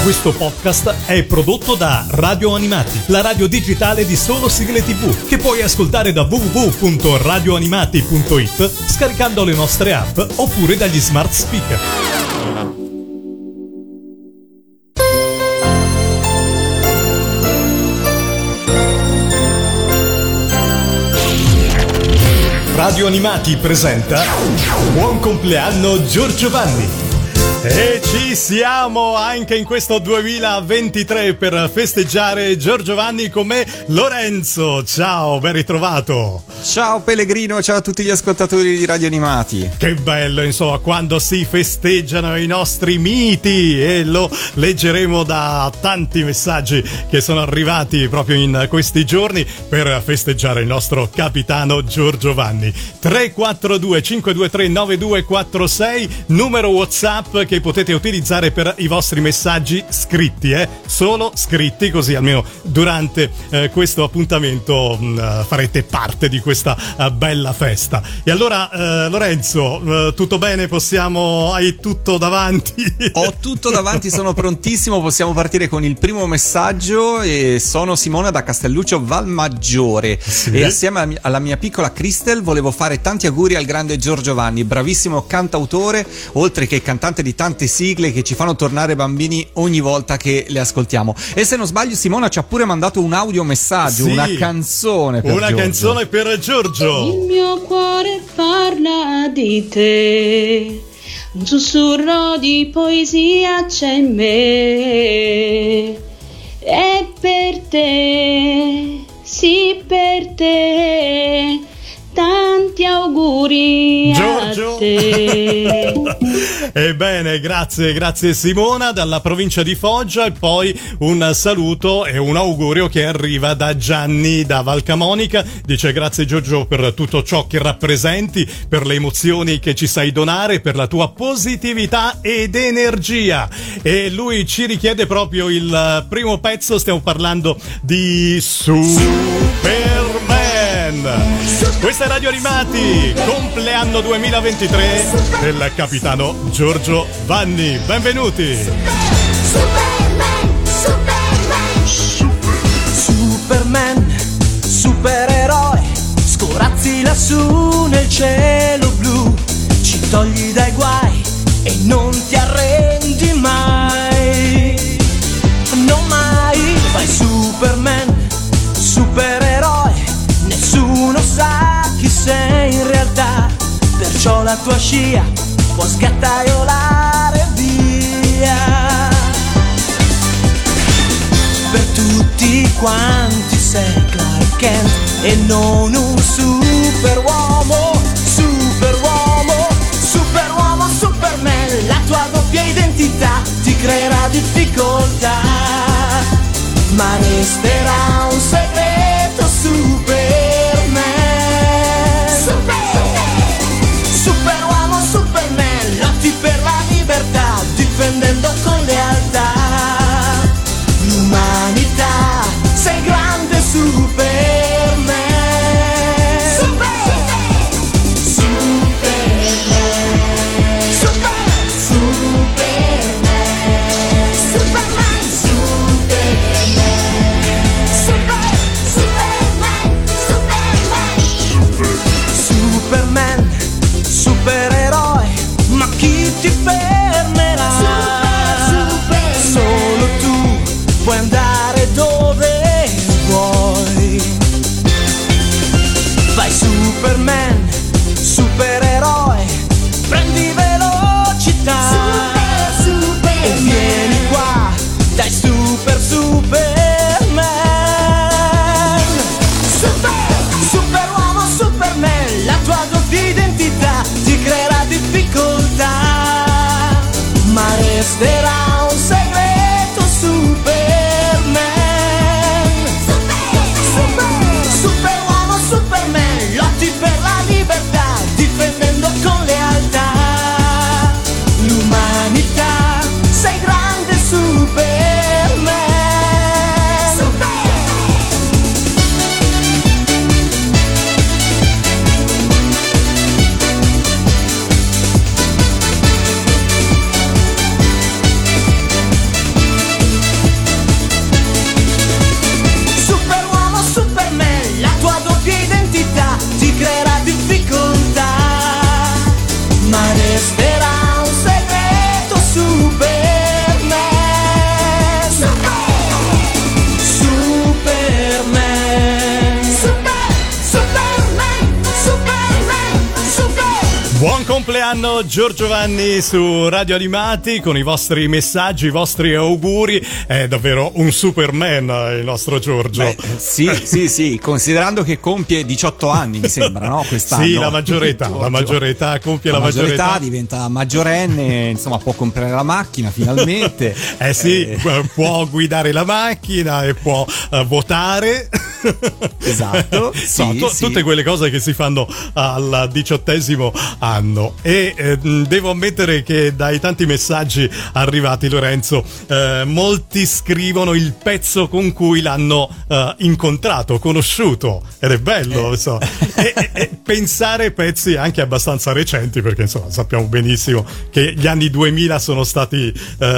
Questo podcast è prodotto da Radio Animati, la radio digitale di solo sigle TV, che puoi ascoltare da www.radioanimati.it scaricando le nostre app oppure dagli smart speaker. Radio Animati presenta Buon compleanno Giorgio Vanni! E ci siamo anche in questo 2023 per festeggiare Giorgio Vanni con me Lorenzo. Ciao, ben ritrovato. Ciao Pellegrino, ciao a tutti gli ascoltatori di Radio Animati. Che bello, insomma, quando si festeggiano i nostri miti, e lo leggeremo da tanti messaggi che sono arrivati proprio in questi giorni per festeggiare il nostro capitano Giorgio Vanni. 342 523 9246, numero WhatsApp che potete utilizzare per i vostri messaggi scritti, solo scritti, così almeno durante questo appuntamento farete parte di questa bella festa. E allora Lorenzo, tutto bene? Hai tutto davanti? Ho tutto davanti, sono prontissimo, possiamo partire con il primo messaggio. E sono Simona da Castelluccio Valmaggiore, sì. E assieme alla mia piccola Cristel volevo fare tanti auguri al grande Giorgio Vanni, bravissimo cantautore, oltre che cantante di tante sigle che ci fanno tornare bambini ogni volta che le ascoltiamo. E se non sbaglio Simona ci ha pure mandato un audiomessaggio, sì, una canzone per Giorgio. Canzone per Giorgio. Il mio cuore parla di te, un sussurro di poesia c'è in me, è per te, sì per te, tanti auguri Giorgio. A te. Ebbene, grazie Simona dalla provincia di Foggia, e poi un saluto e un augurio che arriva da Gianni da Valcamonica. Dice: grazie Giorgio per tutto ciò che rappresenti, per le emozioni che ci sai donare, per la tua positività ed energia. E lui ci richiede proprio il primo pezzo, stiamo parlando di Superman. Questa è Radio Animati, compleanno 2023 del capitano Giorgio Vanni. Benvenuti. Superman, supereroe, scorazzi lassù nel cielo blu, ci togli dai guai e non ti arrendi mai, non mai. Vai Superman, supereroe, nessuno sa chi sei in realtà, perciò la tua scia può sgattaiolare via. Per tutti quanti sei Clark Kent e non un superuomo, superuomo, superuomo, Superman. La tua doppia identità ti creerà difficoltà, ma resterà un segreto Superman. Superuomo, Superman, lotti per la libertà, difendendo con lealtà l'umanità. Sei grande Superman. Superman. compleanno Giorgio Vanni su Radio Animati con i vostri messaggi, i vostri auguri. È davvero un Superman il nostro Giorgio. Beh, sì, considerando che compie 18 anni, mi sembra, no? Quest'anno. Sì, la maggiore età, compie la maggiore età. Diventa maggiorenne, insomma, può comprare la macchina finalmente. Può guidare la macchina e può votare. Esatto. Tutte quelle cose che si fanno al 18° anno. E devo ammettere che dai tanti messaggi arrivati, Lorenzo, molti scrivono il pezzo con cui l'hanno incontrato, conosciuto, ed è bello, e pensare pezzi anche abbastanza recenti, perché insomma sappiamo benissimo che gli anni 2000 sono stati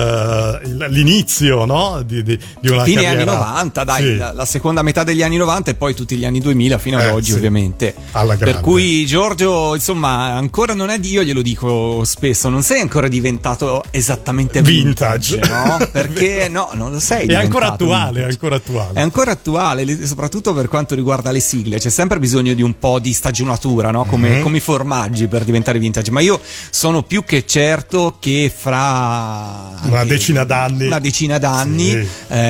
l'inizio, no? di una fine carriera. Anni 90, dai, sì. la seconda metà degli anni 90 e poi tutti gli anni 2000 fino ad oggi, sì, ovviamente. Alla grande. Per cui Giorgio, insomma, ancora non è io glielo dico spesso, non sei ancora diventato esattamente vintage, no? Perché no, non lo sei. È ancora attuale, È ancora attuale, soprattutto per quanto riguarda le sigle. C'è sempre bisogno di un po' di stagionatura, no? Come i formaggi per diventare vintage. Ma io sono più che certo che fra una decina d'anni, sì,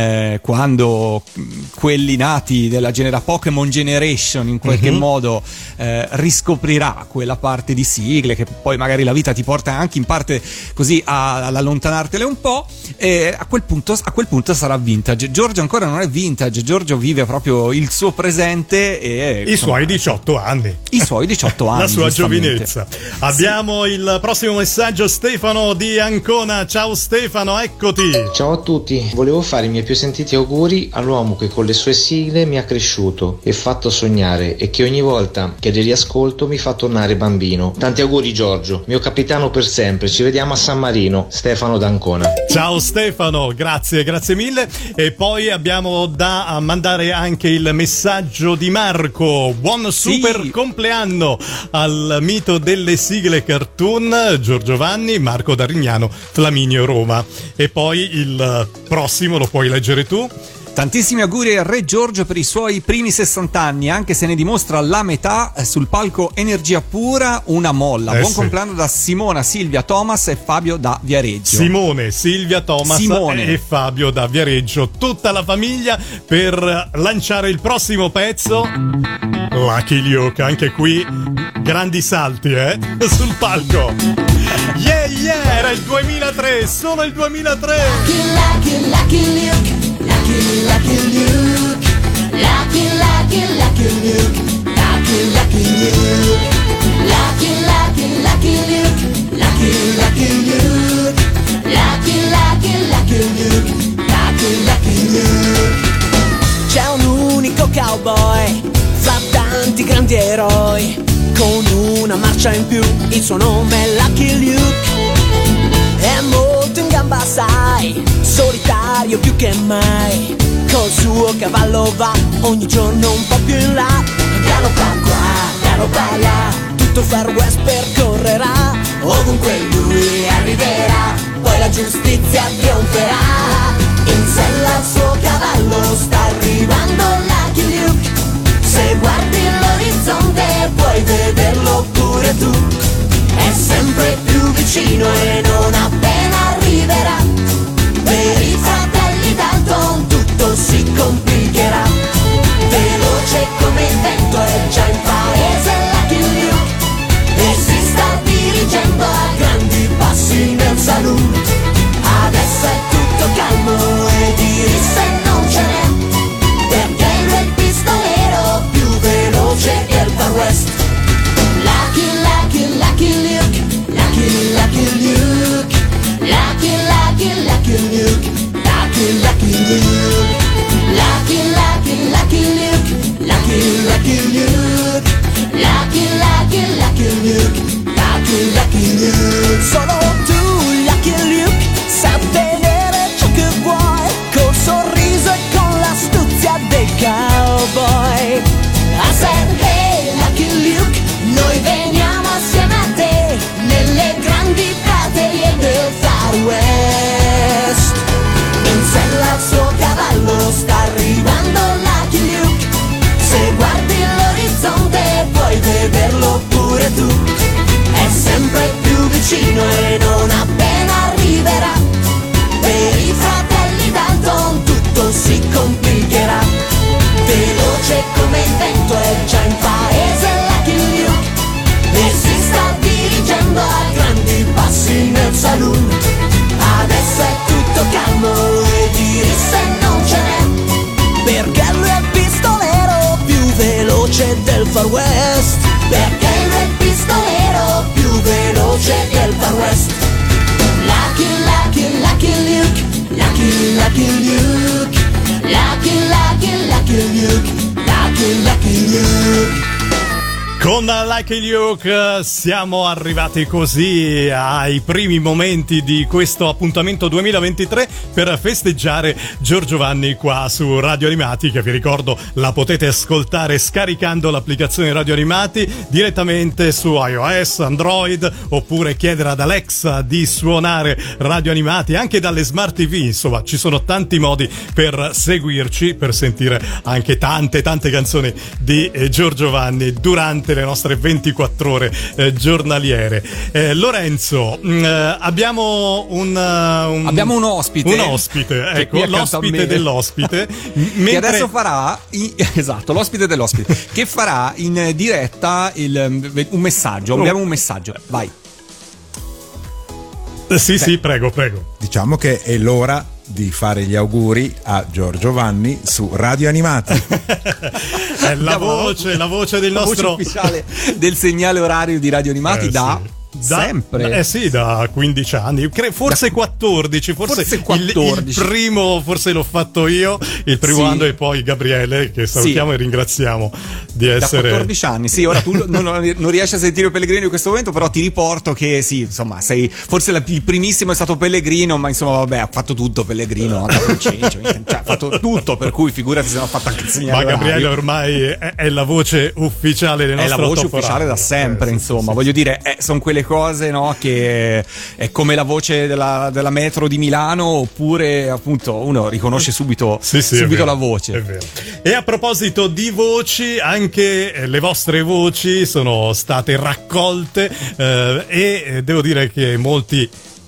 quando quelli nati della Pokémon Generation in qualche modo riscoprirà quella parte di sigle che poi magari la vita ti porta anche in parte così ad allontanartele un po', e a quel punto sarà vintage. Giorgio ancora non è vintage, Giorgio vive proprio il suo presente e i suoi 18 anni, la sua giovinezza. Abbiamo il prossimo messaggio, Stefano di Ancona. Ciao Stefano, eccoti. Ciao a tutti, volevo fare i miei più sentiti auguri all'uomo che con le sue sigle mi ha cresciuto e fatto sognare e che ogni volta che li riascolto mi fa tornare bambino. Tanti auguri Giorgio, mio capitano per sempre, ci vediamo a San Marino. Stefano d'Ancona. Ciao Stefano, grazie mille. E poi abbiamo da mandare anche il messaggio di Marco. Buon super compleanno al mito delle sigle cartoon Giorgio Vanni, Marco da Rignano, Flaminio Roma. E poi il prossimo lo puoi leggere tu. Tantissimi auguri al Re Giorgio per i suoi primi 60 anni, anche se ne dimostra la metà sul palco Energia Pura, una molla. Buon compleanno da Simona, Silvia, Thomas e Fabio da Viareggio. Simone, Silvia, Thomas e Fabio da Viareggio, tutta la famiglia per lanciare il prossimo pezzo. Lucky Luke, anche qui grandi salti sul palco. Yeah, era il 2003, solo il 2003. Lucky Luke. Lucky Luke, lucky Luke, lucky Luke, lucky Luke, lucky Luke, lucky Luke, lucky Luke. C'è un unico cowboy fra tanti grandi eroi, con una marcia in più, il suo nome è Lucky Luke. È molto in gamba, sai, solitario più che mai, col suo cavallo va ogni giorno un po' più in là. Galoppa qua, galoppa là, tutto il Far West percorrerà, ovunque lui arriverà, poi la giustizia trionferà. In sella al suo cavallo sta arrivando Lucky Luke, se guardi l'orizzonte puoi vederlo pure tu. È sempre più vicino e non appena arriverà, per i fratelli Dalton tutto si complicherà. Veloce come il vento è già in paese Lucky Luke, e si sta dirigendo a grandi passi nel saloon. Adesso è tutto calmo West, perché il Red Pistolero più veloce del Far West. Lucky, Lucky, Lucky Luke, Lucky, Lucky Luke, Lucky, Lucky, Lucky Luke, Lucky, Lucky Luke. Con Like Luke siamo arrivati così ai primi momenti di questo appuntamento 2023 per festeggiare Giorgio Vanni qua su Radio Animati, che vi ricordo la potete ascoltare scaricando l'applicazione Radio Animati direttamente su iOS, Android, oppure chiedere ad Alexa di suonare Radio Animati anche dalle Smart TV. Insomma, ci sono tanti modi per seguirci, per sentire anche tante canzoni di Giorgio Vanni durante le nostre 24 ore giornaliere. Lorenzo, abbiamo abbiamo un ospite. Un ospite, ecco, l'ospite dell'ospite. Che adesso farà esatto, l'ospite dell'ospite che farà in diretta un messaggio. Abbiamo un messaggio. Vai. Sì, prego. Diciamo che è l'ora di fare gli auguri a Giorgio Vanni su Radio Animati. È la voce del nostro voce ufficiale del segnale orario di Radio Animati sempre. Sì, da 15 anni, forse 14, forse 14. Il primo forse l'ho fatto io, il primo anno, e poi Gabriele, che salutiamo e ringraziamo di essere... Da 14 anni, sì, ora tu non riesci a sentire Pellegrino in questo momento, però ti riporto che sì, insomma, forse il primissimo è stato Pellegrino, ma insomma vabbè, ha fatto tutto Pellegrino, ha fatto tutto, per cui figurati se non ha fatto anche il segnale orario. Ma Gabriele ormai è la voce ufficiale del nostro È la voce ufficiale da sempre, insomma, voglio dire, sono quelle cose, no, che è come la voce della metro di Milano, oppure appunto uno riconosce subito la voce. È vero. E a proposito di voci, anche le vostre voci sono state raccolte e devo dire che molti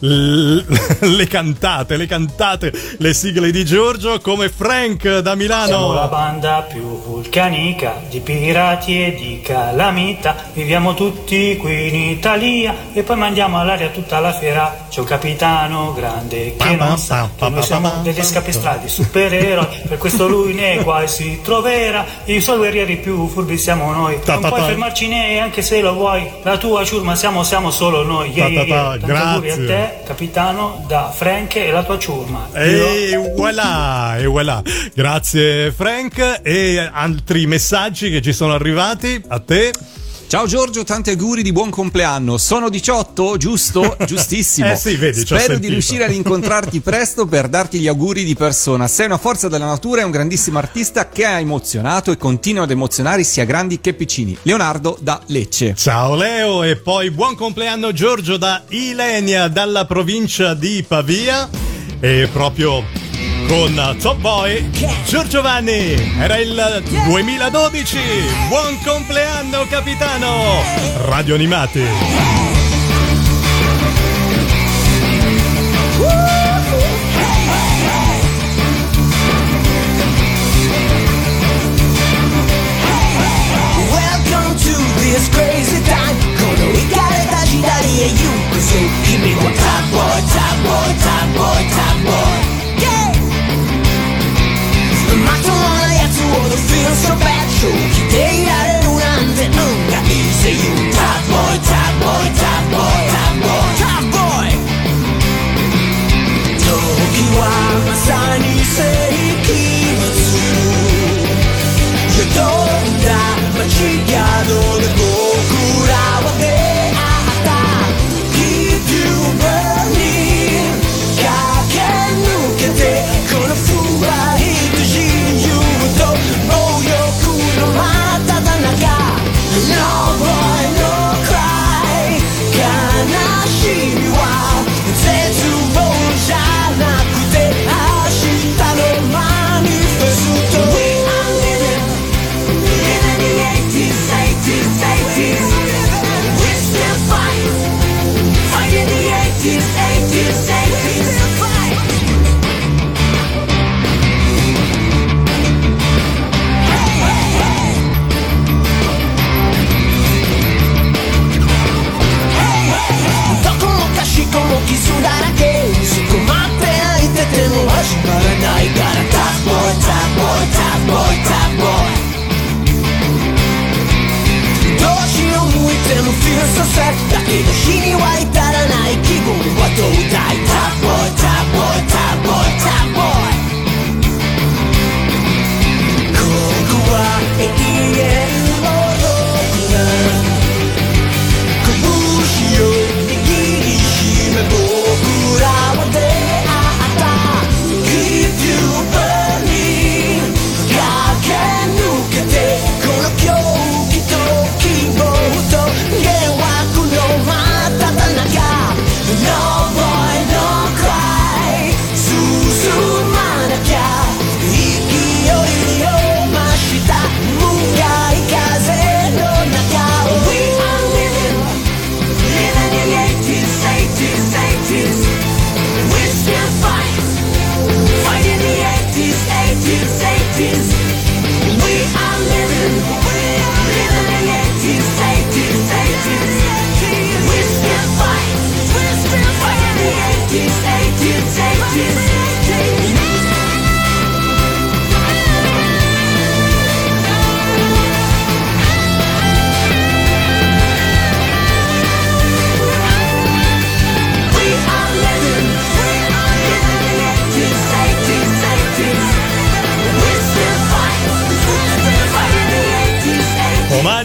le cantate, le sigle di Giorgio, come Frank da Milano. Siamo la banda più vulcanica di pirati e di calamità, viviamo tutti qui in Italia e poi mandiamo all'aria tutta la fiera. C'è un capitano grande che non sa che noi siamo degli scapestrati supereroi, per questo lui nei guai si troverà, i suoi guerrieri più furbi siamo noi, non puoi fermarci neanche se lo vuoi, la tua ciurma siamo solo noi. Tanti auguri a te, capitano, da Frank e la tua ciurma. E voilà. Grazie Frank. E altri messaggi che ci sono arrivati a te. Ciao Giorgio, tanti auguri di buon compleanno. Sono 18, giusto? Giustissimo. Sì, vedi, spero di riuscire ad incontrarti presto per darti gli auguri di persona. Sei una forza della natura e un grandissimo artista che ha emozionato e continua ad emozionare sia grandi che piccini. Leonardo da Lecce. Ciao Leo, e poi buon compleanno Giorgio da Ilenia, dalla provincia di Pavia. E proprio con Top Boy, Giorgio Vanni, era il 2012. Buon compleanno capitano. Radio Animati. Welcome to this crazy time, con Riccardo da Gidari e you, così keep me one top boy, top boy, top boy, top boy. Ma tu non hai attuato the feel so bad show, chi te dare un ante, non capisci you, top boy, top boy, top boy.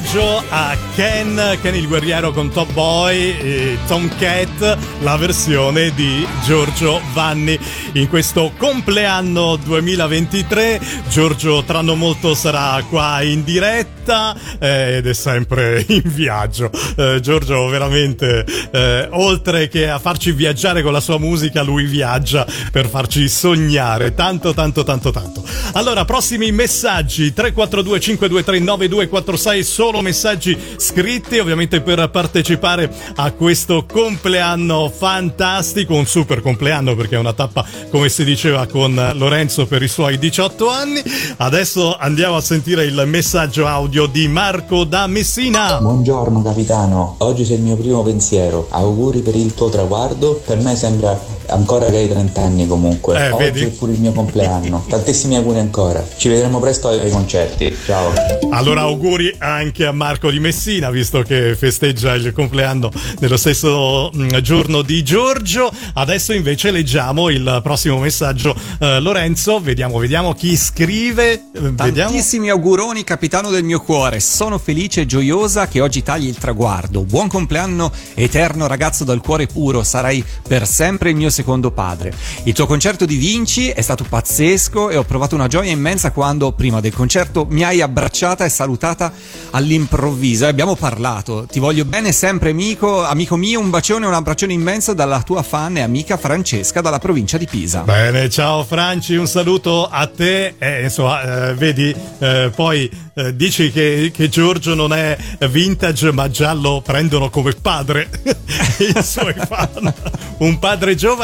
omaggio a Ken il guerriero con Top Boy e Tomcat, la versione di Giorgio Vanni in questo compleanno 2023. Giorgio tra non molto sarà qua in diretta ed è sempre in viaggio. Giorgio veramente oltre che a farci viaggiare con la sua musica, lui viaggia per farci sognare tanto. Allora, prossimi messaggi 342 523 9246, solo messaggi scritti ovviamente per partecipare a questo compleanno fantastico, un super compleanno perché è una tappa, come si diceva, con Lorenzo per i suoi 18 anni. Adesso andiamo a sentire il messaggio audio di Marco da Messina. Buongiorno capitano, oggi sei il mio primo pensiero, auguri per il tuo traguardo, per me sembra ancora che hai 30 anni comunque, oggi vedi? È pure il mio compleanno, tantissimi auguri ancora, ci vedremo presto ai concerti, ciao. Allora auguri anche a Marco di Messina, visto che festeggia il compleanno nello stesso giorno di Giorgio. Adesso invece leggiamo il prossimo messaggio. Lorenzo, vediamo chi scrive. Tantissimi auguroni capitano del mio cuore, sono felice e gioiosa che oggi tagli il traguardo. Buon compleanno eterno ragazzo dal cuore puro, sarai per sempre il mio secondo padre. Il tuo concerto di Vinci è stato pazzesco e ho provato una gioia immensa quando prima del concerto mi hai abbracciata e salutata all'improvviso e abbiamo parlato. Ti voglio bene sempre amico mio, un bacione e un abbraccione immenso dalla tua fan e amica Francesca dalla provincia di Pisa. Bene, ciao Franci, un saluto a te. Insomma, vedi, poi dici che Giorgio non è vintage ma già lo prendono come padre i suoi fan, un padre giovane.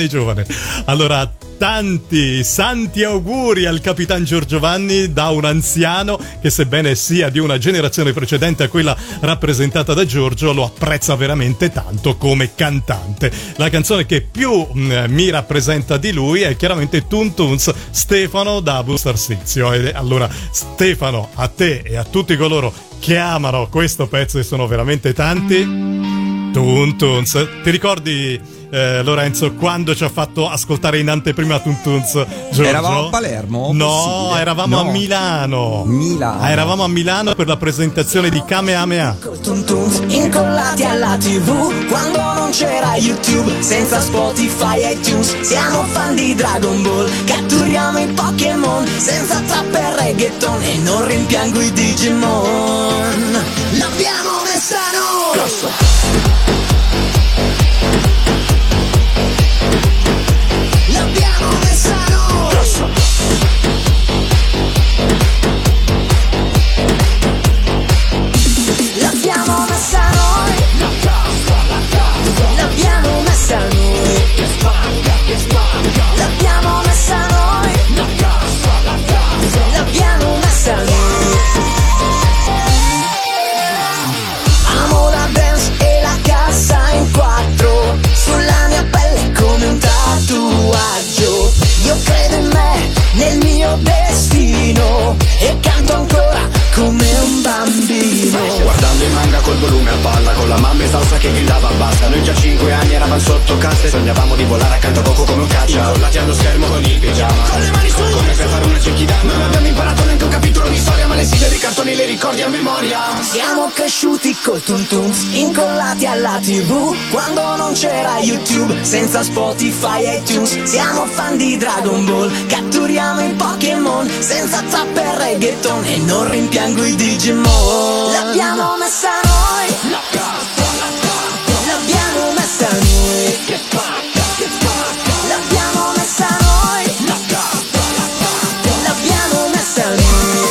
Allora, tanti santi auguri al Capitan Giorgio Vanni da un anziano che, sebbene sia di una generazione precedente a quella rappresentata da Giorgio, lo apprezza veramente tanto come cantante. La canzone che più mi rappresenta di lui è chiaramente Tun Tuns, Stefano da Bustarsizio. E allora, Stefano, a te e a tutti coloro che amano questo pezzo, e sono veramente tanti, Tun Tuns. Ti ricordi, Lorenzo, quando ci ha fatto ascoltare in anteprima Tun Tuns, Giorgio? Eravamo a Palermo? No, eravamo a Milano. Eravamo a Milano per la presentazione di Kamehameha. Tun Tuns incollati alla TV quando non c'era YouTube, senza Spotify e iTunes. Siamo fan di Dragon Ball, catturiamo i Pokémon, senza trap e reggaeton, e non rimpiango i Digimon. L'abbiamo messa noi. L'abbiamo messa noi. L'abbiamo messa noi. L'abbiamo messa noi. L'abbiamo messa noi. L'abbiamo messa noi. Amo la dance e la cassa in quattro, sulla mia pelle come un tatuaggio. Io credo in me, nel mio destino, e canto ancora come un bambino. Guardando in manga col volume a palla, con la mamma esausta che gridava basta. Noi già 5 anni eravamo sotto cassa e sognavamo di volare accanto a Goku come un caccia. Incollati allo schermo con il pigiama, con le mani su, come per fare una cecchidama. Non abbiamo imparato neanche un capitolo di storia, ma le sigle dei cartoni le ricordi a memoria. Siamo cresciuti col Tun Tuns, incollati alla TV quando non c'era YouTube, senza Spotify e iTunes. Siamo fan di Dragon Ball, catturiamo i Pokémon, senza trap e reggaeton, e non rimpiango i Digimon. L'abbiamo messa noi. L'abbiamo messa noi. L'abbiamo messa noi. L'abbiamo messa noi.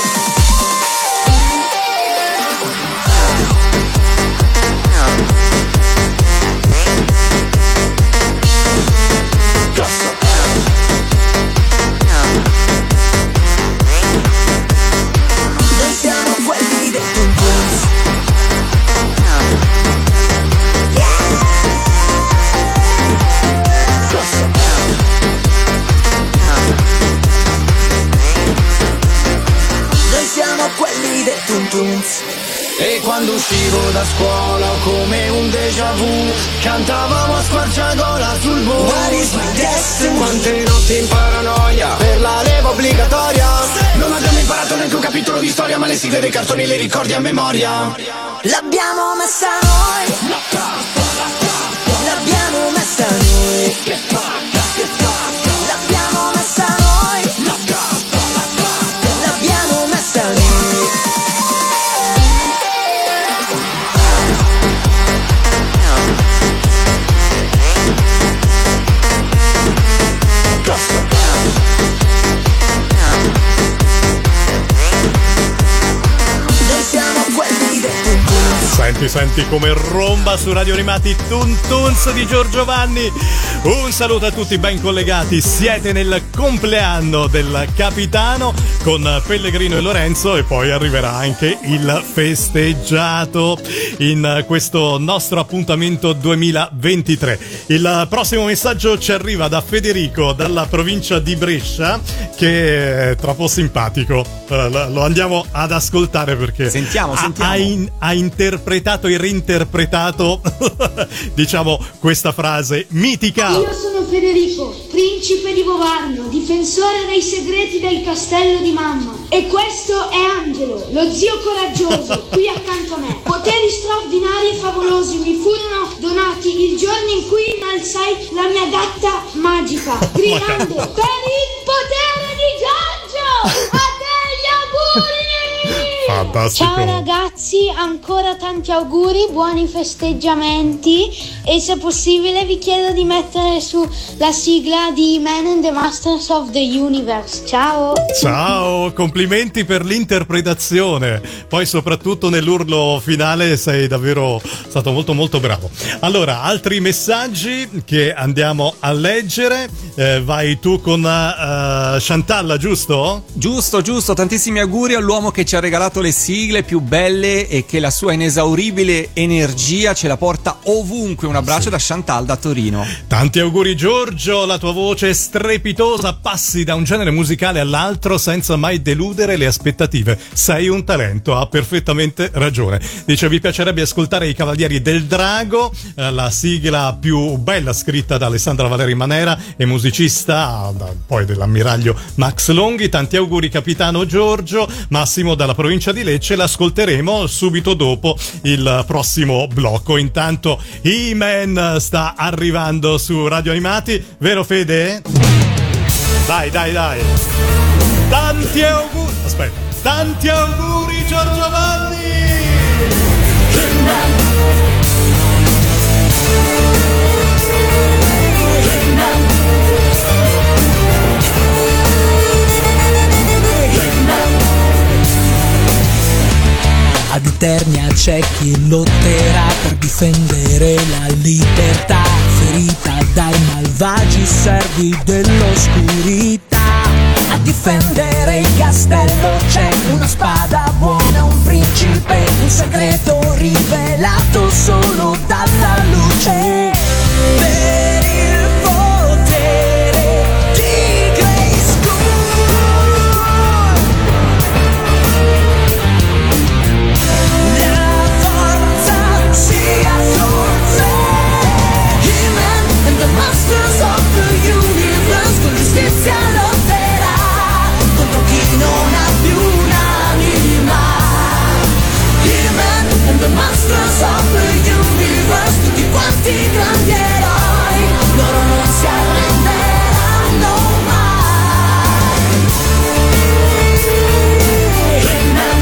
Noi siamo quelli del Tun Tuns. Noi siamo quelli del Tun Tuns. E quando uscivo da scuola come un déjà vu, cantavamo a squarciagola sul buon. What is my destiny? Quante notti in paranoia per la leva obbligatoria. Non abbiamo imparato neanche un capitolo titolo di storia, ma le sigle dei cartoni le ricordi a memoria. L'abbiamo messa noi, l'abbiamo messa noi, l'abbiamo messa noi, l'abbiamo messa noi. Noi siamo quelli del Senti come romba su Radio Animati Toon Toons di Giorgio Vanni. Un saluto a tutti ben collegati, siete nel compleanno del capitano con Pellegrino e Lorenzo e poi arriverà anche il festeggiato in questo nostro appuntamento 2023. Il prossimo messaggio ci arriva da Federico dalla provincia di Brescia, che è troppo simpatico. Lo andiamo ad ascoltare perché sentiamo. Ha interpretato e reinterpretato diciamo questa frase mitica. Io sono Federico, principe di Bovarno, difensore dei segreti del castello di mamma. E questo è Angelo, lo zio coraggioso, qui accanto a me. Poteri straordinari e favolosi mi furono donati il giorno in cui innalzai la mia gatta magica, gridando per il potere di Giorgio! A te gli auguri! Fantastico. Ciao ragazzi, ancora tanti auguri, buoni festeggiamenti e se possibile vi chiedo di mettere su la sigla di He-Man and the Masters of the Universe. Ciao, complimenti per l'interpretazione, poi soprattutto nell'urlo finale sei davvero stato molto molto bravo. Allora, altri messaggi che andiamo a leggere, vai tu con Chantal, giusto? Giusto, tantissimi auguri all'uomo che ci ha regalato le sigle più belle e che la sua inesauribile energia ce la porta ovunque. Un abbraccio da Chantal da Torino. Tanti auguri Giorgio, la tua voce strepitosa, passi da un genere musicale all'altro senza mai deludere le aspettative. Sei un talento, ha perfettamente ragione. Dice, vi piacerebbe ascoltare i Cavalieri del Drago, la sigla più bella scritta da Alessandra Valeri Manera e musicista poi dell'ammiraglio Max Longhi. Tanti auguri capitano Giorgio. Massimo dalla provincia di Lecce, l'ascolteremo subito dopo il prossimo blocco. Intanto He-Man sta arrivando su Radio Animati, vero Fede? Dai. Tanti auguri Giorgio Vanni! Ad Eternia c'è chi lotterà per difendere la libertà, ferita dai malvagi servi dell'oscurità. A difendere il castello c'è una spada buona, un principe, un segreto rivelato solo dalla luce. Per il potere di Grayskull, la forza sia forza. He-Man and the Masters of the Universe, con giustizia lotterà contro chi non ha più un'anima. He-Man and the Masters of the Universe, tutti quanti grandi eroi, loro non si arrenderanno mai. He-Man.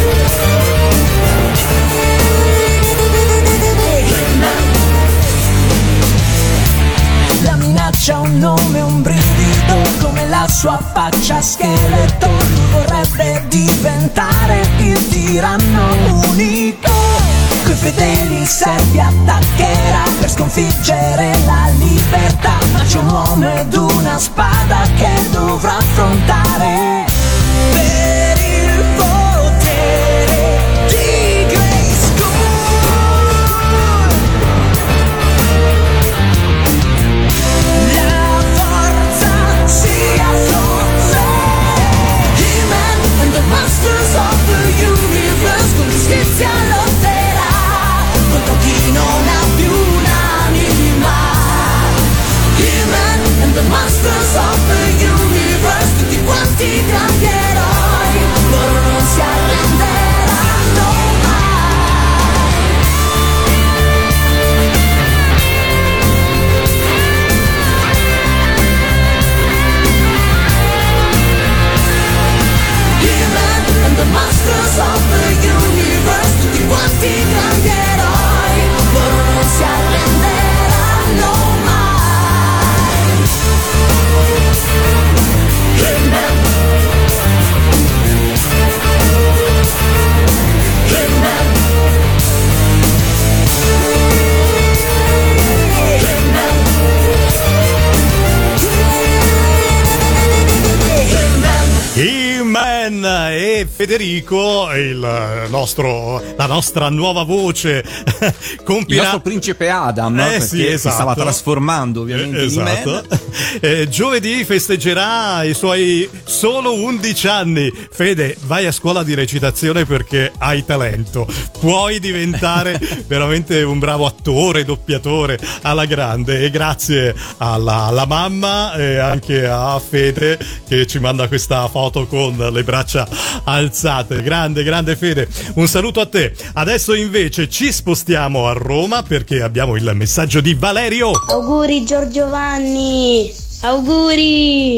La minaccia ha un nome, un brivido come la sua faccia scheletro. Lui vorrebbe diventare il tiranno unico. Coi fedeli servi attaccherà per sconfiggere la libertà. Ma c'è un uomo ed una spada che dovrà affrontare. Per il potere di Grayskull, la forza sia forza. He-Man and the Masters of the Universe, con giustizia lotterà contro chi non ha più un'anima. He-Man and the Masters of the Universe, tutti quanti Dan e Federico, la nostra nuova voce, compirà... Il nostro principe Adam, perché si stava trasformando ovviamente in man. Giovedì festeggerà i suoi solo 11 anni. Fede, vai a scuola di recitazione perché hai talento, puoi diventare veramente un bravo attore, doppiatore alla grande, e grazie alla mamma e anche a Fede che ci manda questa foto con le braccia alzate. Grande Fede, un saluto a te. Adesso invece ci spostiamo a Roma perché abbiamo il messaggio di Valerio. Auguri Giorgio Vanni, auguri,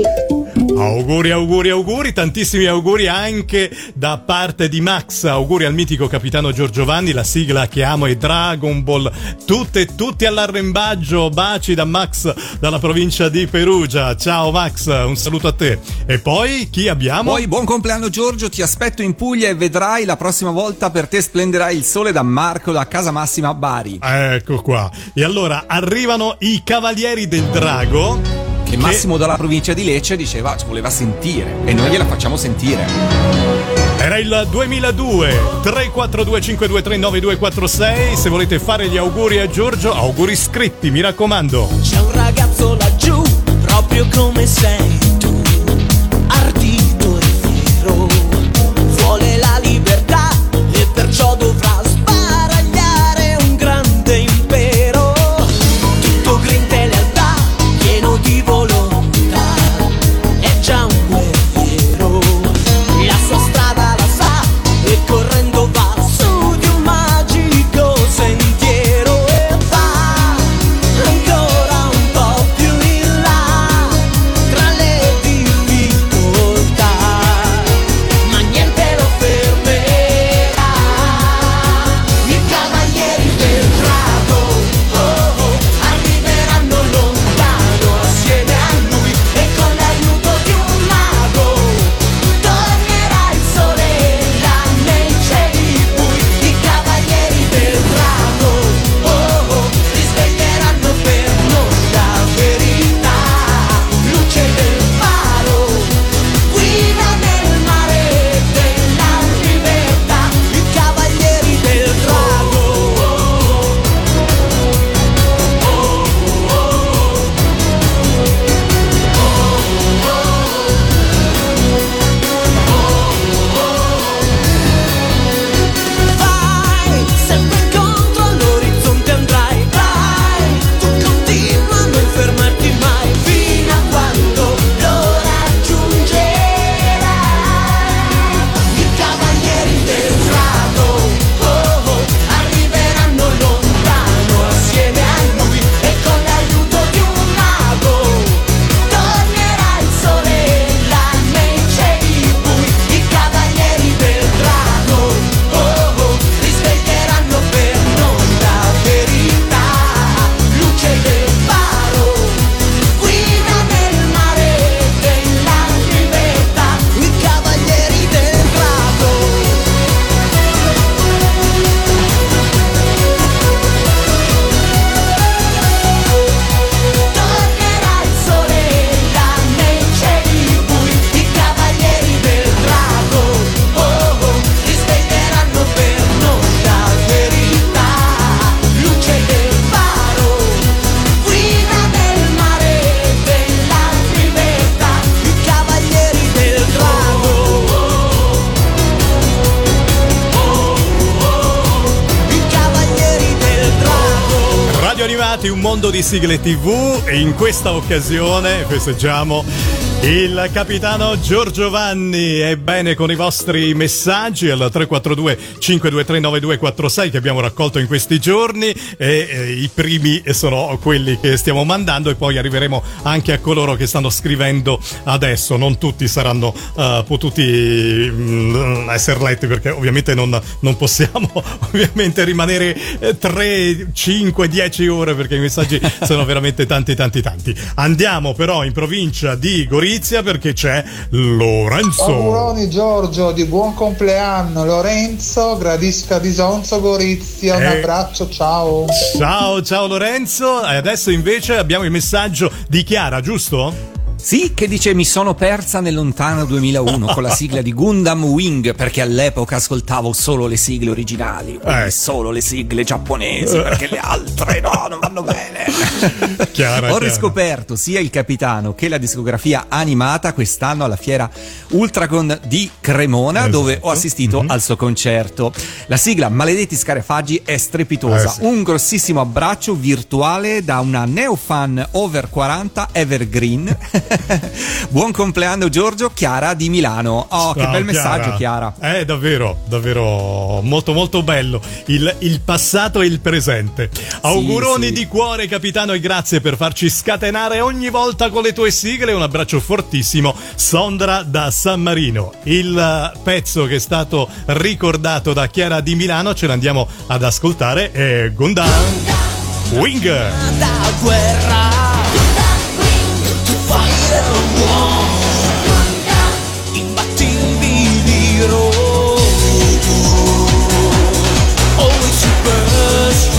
tantissimi auguri anche da parte di Max. Auguri al mitico capitano Giorgio Vanni, la sigla che amo è Dragon Ball. Tutti all'arrembaggio, baci da Max dalla provincia di Perugia. Ciao Max, un saluto a te. E poi chi abbiamo? Poi buon compleanno Giorgio, ti aspetto in Puglia e vedrai la prossima volta per te splenderà il sole da Marco da Casa Massima a Bari. Ecco qua. E allora arrivano i Cavalieri del Drago. Che Massimo dalla provincia di Lecce diceva, ci voleva sentire, e noi gliela facciamo sentire. Era il 2002. 342 523 9246. Se volete fare gli auguri a Giorgio, auguri scritti, mi raccomando. C'è un ragazzo laggiù, proprio come sei tu, ardito e fiero, vuole la libertà e perciò dovrà sbaragliare un grande impero. Tutto grinta e lealtà, pieno di volontà, è già un guerriero, la sua strada la sa e correndo va su di un magico sentiero e va ancora un po' più in là tra le difficoltà, ma niente lo fermerà. I cavalieri del drago, oh oh, arriveranno lontano assieme a lui e con l'aiuto di un mago tornerà il sole là nei cieli bui. I cavalieri del drago, oh oh, risveglieranno per noi la verità, luce del faro, guida nel mare della libertà. I cavalieri del drago, vai, sempre incontro all'orizzonte andrai, vai, tu continua, non fermarti mai, fino a quando lo raggiungerai. I cavalieri del drago, oh oh, arriveranno lontano assieme a lui e con l'aiuto di un mago tornerà il sole là nei cieli bui. I cavalieri del drago, oh oh, risveglieranno per noi la verità, luce del faro, guida nel mare della libertà. I cavalieri del drago. Tornerà il sole là nei cieli bui. I cavalieri del drago, oh oh, risveglieranno per noi la verità, luce del faro, guida nel mare della libertà. I cavalieri del drago, i cavalieri del drago. Radio Animati, un mondo di sigle TV, e in questa occasione festeggiamo il capitano Giorgio Vanni. Ebbene, con i vostri messaggi al 342 523 9246 che abbiamo raccolto in questi giorni, i primi sono quelli che stiamo mandando e poi arriveremo anche a coloro che stanno scrivendo adesso. Non tutti saranno potuti essere letti perché ovviamente non possiamo ovviamente rimanere 3, 5, 10 ore perché i messaggi sono veramente tanti. Andiamo però in provincia di Gorizia perché c'è Lorenzo. Auguroni Giorgio, di buon compleanno Lorenzo, Gradisca di Sonzo, Gorizia, un abbraccio, ciao Lorenzo. E adesso invece abbiamo il messaggio di Chiara, giusto? Sì, che dice mi sono persa nel lontano 2001 con la sigla di Gundam Wing, perché all'epoca ascoltavo solo le sigle originali, solo le sigle giapponesi, perché le altre non vanno bene. Ho riscoperto sia il Capitano che la discografia animata quest'anno alla fiera Ultragon di Cremona, dove ho assistito al suo concerto. La sigla Maledetti Scarafaggi è strepitosa. Un grossissimo abbraccio virtuale da una neofan over 40 evergreen. Buon compleanno Giorgio, Chiara di Milano. Che bel messaggio, Chiara. Davvero molto molto bello il passato e il presente. Auguroni di cuore, capitano, e grazie per farci scatenare ogni volta con le tue sigle. Un abbraccio fortissimo, Sondra da San Marino. Il pezzo che è stato ricordato da Chiara di Milano ce l'andiamo ad ascoltare, è Gundam Wing. Da guerra, to fight a war, imbattibili hero, always superb,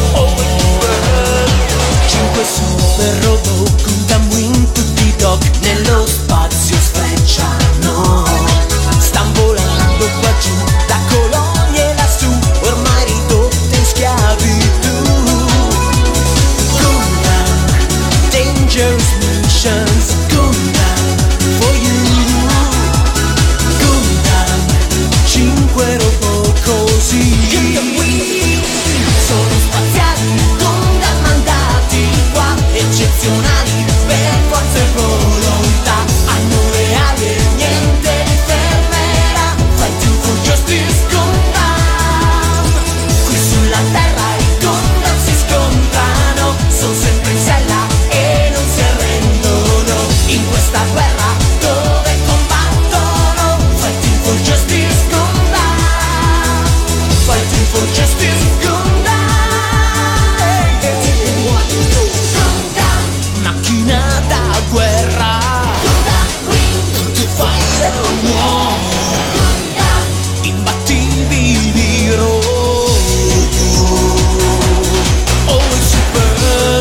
5 super robot, Gundam Wing, tutti i dog nello spazio sfrecciano, stan volando qua giù, da colonie lassù, ormai ridotte in schiavitù. Dangerous missions, Gundam for you. Gundam, 5 robot così. Gundam Wing, sono spaziali, Gundam mandati qua, eccezionali per forza e volontà. Hanno le ali e niente li fermerà. Fighting for justice, Gundam. Qui sulla terra i Gundam si scontrano, sono sempre in sella e non si arrendono in questa guerra dove combattono. Fighting for justice, Gundam. Fighting for justice, Gundam. Gundam, macchina da guerra. Gundam Wing, to fight a war. Gundam, imbattibili hero. Always super,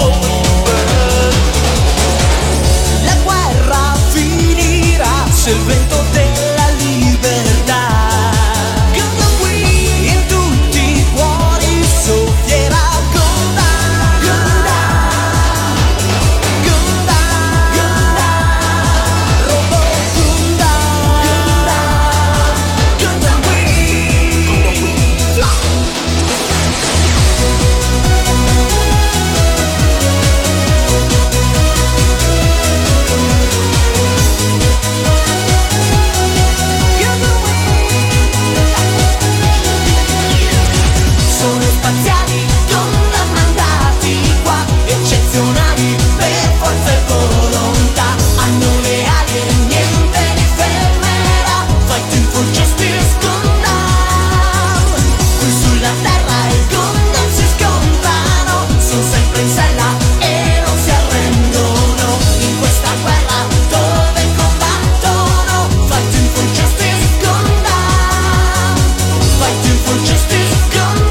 la guerra finirà se il vento della libertà. Gundam Wing, in tutti i cuori soffierà. Gundam, Gundam, Gundam, robot Gundam, Gundam Wing, fly. Sono spaziali, Gundam mandati qua, eccezionali per forza e volontà. Hanno le ali e niente li fermerà. Fighting for justice, Gundam. Qui sulla terra i Gundam si scontrano, sono sempre in sella e non si arrendono in questa guerra dove combattono. Fighting for justice, Gundam. Fighting for justice, Gundam.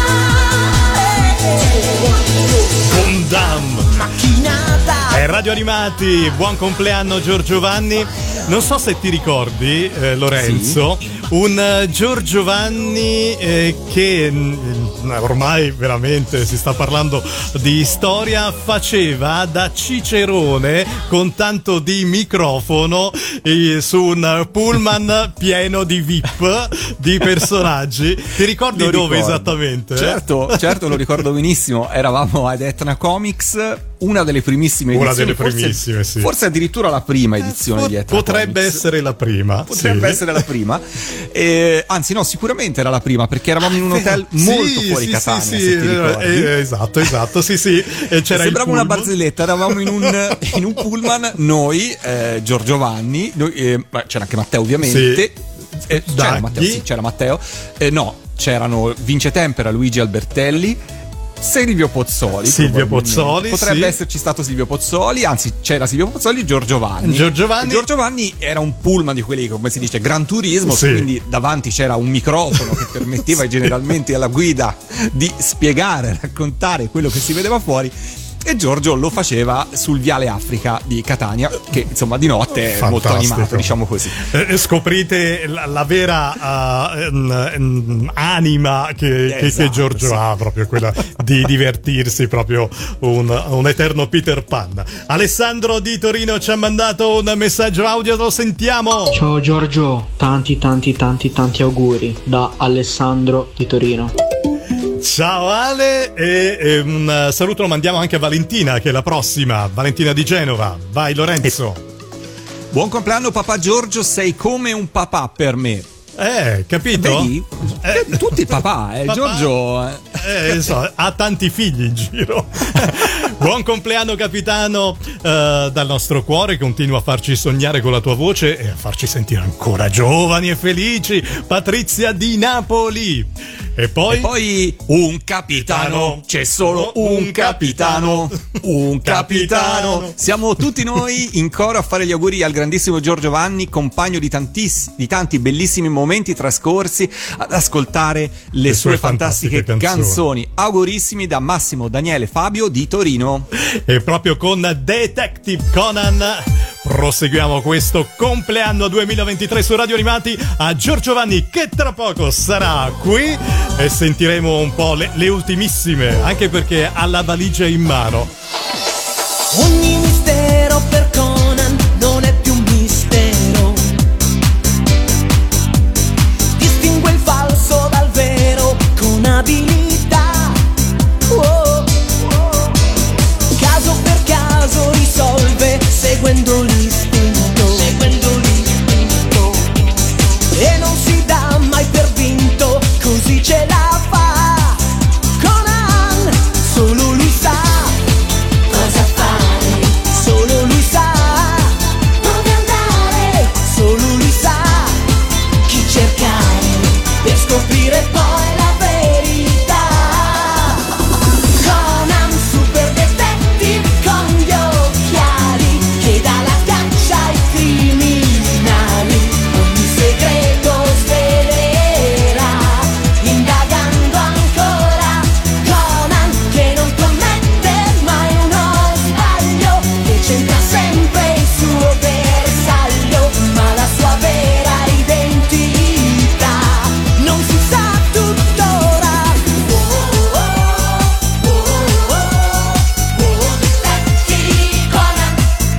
Gundam, Macchina da Radio Animati. Buon compleanno Giorgio Vanni. Non so se ti ricordi, Lorenzo, un Giorgio Vanni che ormai veramente si sta parlando di storia, faceva da cicerone con tanto di microfono su un pullman pieno di VIP, di personaggi. Ti ricordi Lo dove ricordo. esattamente? Certo, lo ricordo benissimo. Eravamo ad Etna Comics, una delle primissime edizioni. Una delle primissime, sì. Forse addirittura la prima edizione di Etna Potrebbe Comics. essere la prima. Potrebbe essere la prima. Anzi, no, sicuramente era la prima, perché eravamo in un hotel molto fuori Catania. Se ti ricordi. Esatto, sì. E c'era sembrava il una pullman. barzelletta. Eravamo in un pullman, noi, Giorgio Vanni, c'era anche Matteo, ovviamente. C'era Matteo. No, c'erano Vince Tempera, Luigi Albertelli, Silvio Pozzoli. Potrebbe esserci stato Silvio Pozzoli, anzi c'era Silvio Pozzoli e Giorgio Vanni. Giorgio Vanni era un pullman di quelli, come si dice, Gran Turismo, quindi davanti c'era un microfono che permetteva generalmente alla guida di spiegare, raccontare quello che si vedeva fuori. e Giorgio lo faceva sul Viale Africa di Catania, che insomma di notte è molto animato, diciamo così. Scoprite la vera anima che Giorgio ha, proprio quella di divertirsi, proprio un eterno Peter Pan. Alessandro di Torino ci ha mandato un messaggio audio, lo sentiamo. Ciao Giorgio, tanti auguri da Alessandro di Torino. Ciao Ale, e un saluto lo mandiamo anche a Valentina, che è la prossima, Valentina di Genova. Vai Lorenzo. Buon compleanno papà Giorgio, sei come un papà per me. Capito? Vedi? Tutti papà, papà. Giorgio ha tanti figli in giro. Buon compleanno capitano, dal nostro cuore, continua a farci sognare con la tua voce e a farci sentire ancora giovani e felici. Patrizia di Napoli. E poi un capitano, c'è solo un capitano, un capitano. Siamo tutti noi in coro a fare gli auguri al grandissimo Giorgio Vanni, compagno di tanti bellissimi momenti trascorsi ad ascoltare le sue fantastiche canzoni. Augurissimi da Massimo Daniele Fabio di Torino. E proprio con Detective Conan proseguiamo questo compleanno 2023 su Radio Animati a Giorgio Vanni, che tra poco sarà qui e sentiremo un po' le ultimissime, anche perché ha la valigia in mano. Ogni mistero per Conan non è più un mistero, distingue il falso dal vero con abilità. Caso per caso risolve seguendo l'istinto, e non si dà mai per vinto, così ce la fa. Conan, solo lui sa cosa fare, solo lui sa dove andare, solo lui sa chi cercare per scoprire poi la verità. Conan, super detective con gli occhiali, che dà la caccia ai criminali, ogni segreto svelerà, indagando ancora. Conan, che non commette mai uno sbaglio, che c'entra sempre il suo bersaglio, ma la sua vera identità non si sa tuttora. Detective Conan,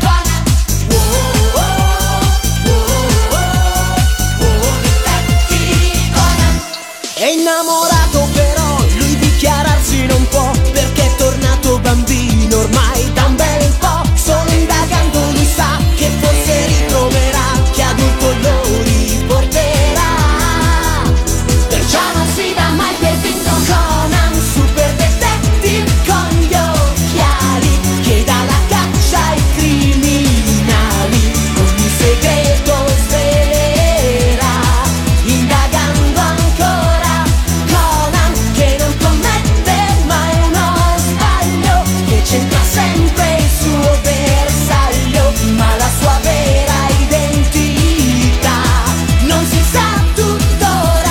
Detective Conan. È innamorato però lui dichiararsi non può, perché è tornato bambino ormai da un bel po'. Solo indagando lui sa che forse ritroverà che adulto lo riporterà, perciò non si dà mai per vinto. Conan, super detective con gli occhiali, che dà la caccia ai criminali, ogni segreto svelerà, indagando ancora. Conan, che non commette mai uno sbaglio, che c'entra sempre il suo bersaglio, ma la sua vera identità non si sa tuttora.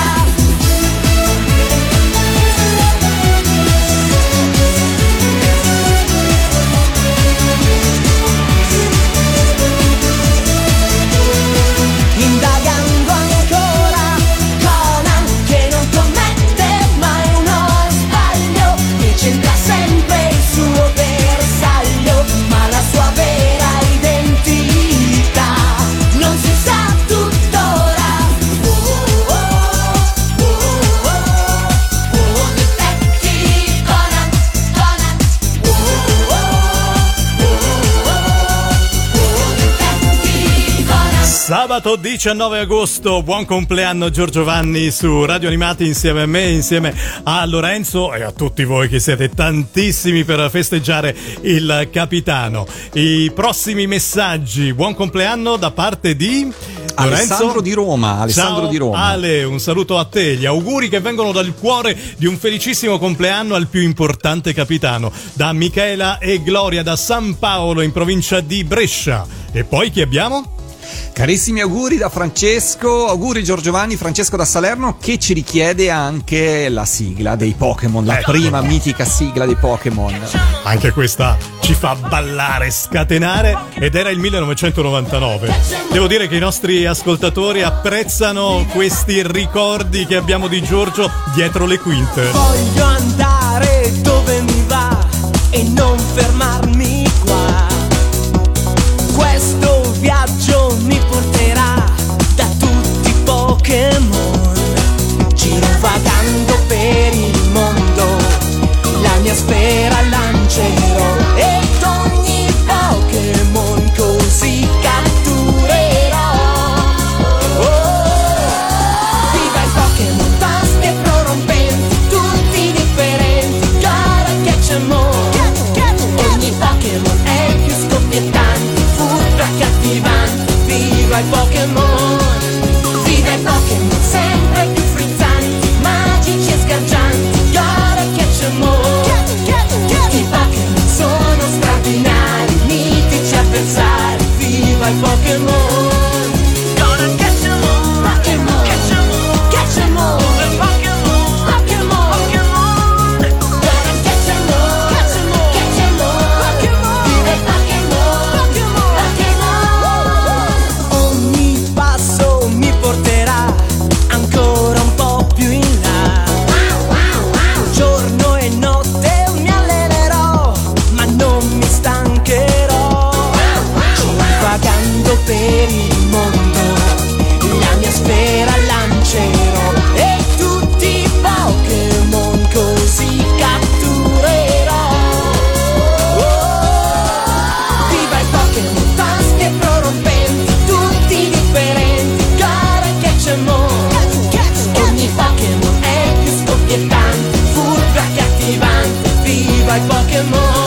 Indagando ancora. Conan, che non commette mai uno sbaglio, che c'entra sempre il suo bersaglio, ma la sua vera identità non si sa tuttora. Detective Conan, Detective Conan. Sabato 19 agosto, buon compleanno Giorgio Vanni su Radio Animati, insieme a me, insieme a Lorenzo e a tutti voi che siete tantissimi per festeggiare il capitano. I prossimi messaggi, buon compleanno da parte di Alessandro di Roma. Ciao, di Roma. Ale, un saluto a te, gli auguri che vengono dal cuore di un felicissimo compleanno al più importante capitano, da Michela e Gloria da San Paolo in provincia di Brescia. E poi chi abbiamo? Carissimi auguri da Francesco, auguri Giorgiovanni, Francesco da Salerno, che ci richiede anche la sigla dei Pokémon, la prima mitica sigla dei Pokémon. Anche questa ci fa ballare, scatenare, ed era il 1999. Devo dire che i nostri ascoltatori apprezzano questi ricordi che abbiamo di Giorgio dietro le quinte. Voglio andare dove mi va e non fermarmi qua. Questo viaggio mi porterà da tutti i Pokémon, girovagando per il mondo, la mia sfera lancerò ed ogni Pokémon così catturerò. Viva i Pokémon, vasti e prorompenti, tutti differenti, gotta catch 'em all. Ogni Pokémon è più scoppiettante, furbo e accattivante. Viva i Pokémon, viva i Pokémon, sempre più frizzanti, magici e sgargianti, gotta catch 'em all. I Pokémon sono straordinari, mitici avversari. Viva i Pokémon, gotta catch 'em all. Pokémon, catch 'em all, catch 'em all. Pokémon, Pokémon, gotta catch 'em all, catch 'em all, catch 'em all. Viva i Pokémon, Pokémon. Ogni passo mi porterà ancora un po' più in là. Giorno e notte mi allenerò, ma non mi stancherò. Vagando per il mondo, la mia sfera lancerò e tutti i Pokémon così catturerò. Viva i Pokémon, vasti e prorompenti, tutti differenti, gotta catch 'em all. Ogni Pokémon è più scoppiettante, furbo e accattivante. Viva i Pokémon.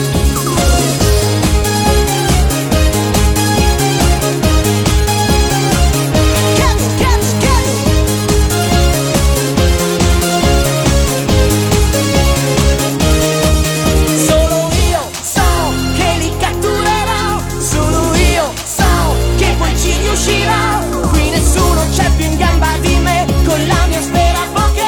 Solo io so che li catturerò, solo io so che poi ci riuscirò. Qui nessuno c'è più in gamba di me, con la mia sfera Poké.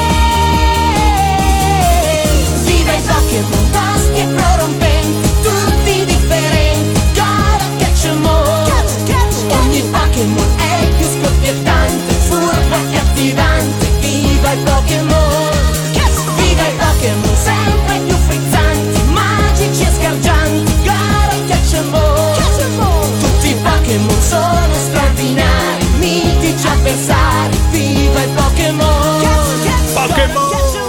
Viva i Pokémon, vasti e prorompenti, tutti differenti, gotta catch 'em all. Ogni Pokémon è più scoppiettante, furbo e cattivante. Viva i Pokémon, viva i Pokémon, sempre più frizzanti, magici e sgargianti, gotta catch 'em all. Tutti i Pokémon sono straordinari, mitici avversari. Viva i Pokémon, Pokémon!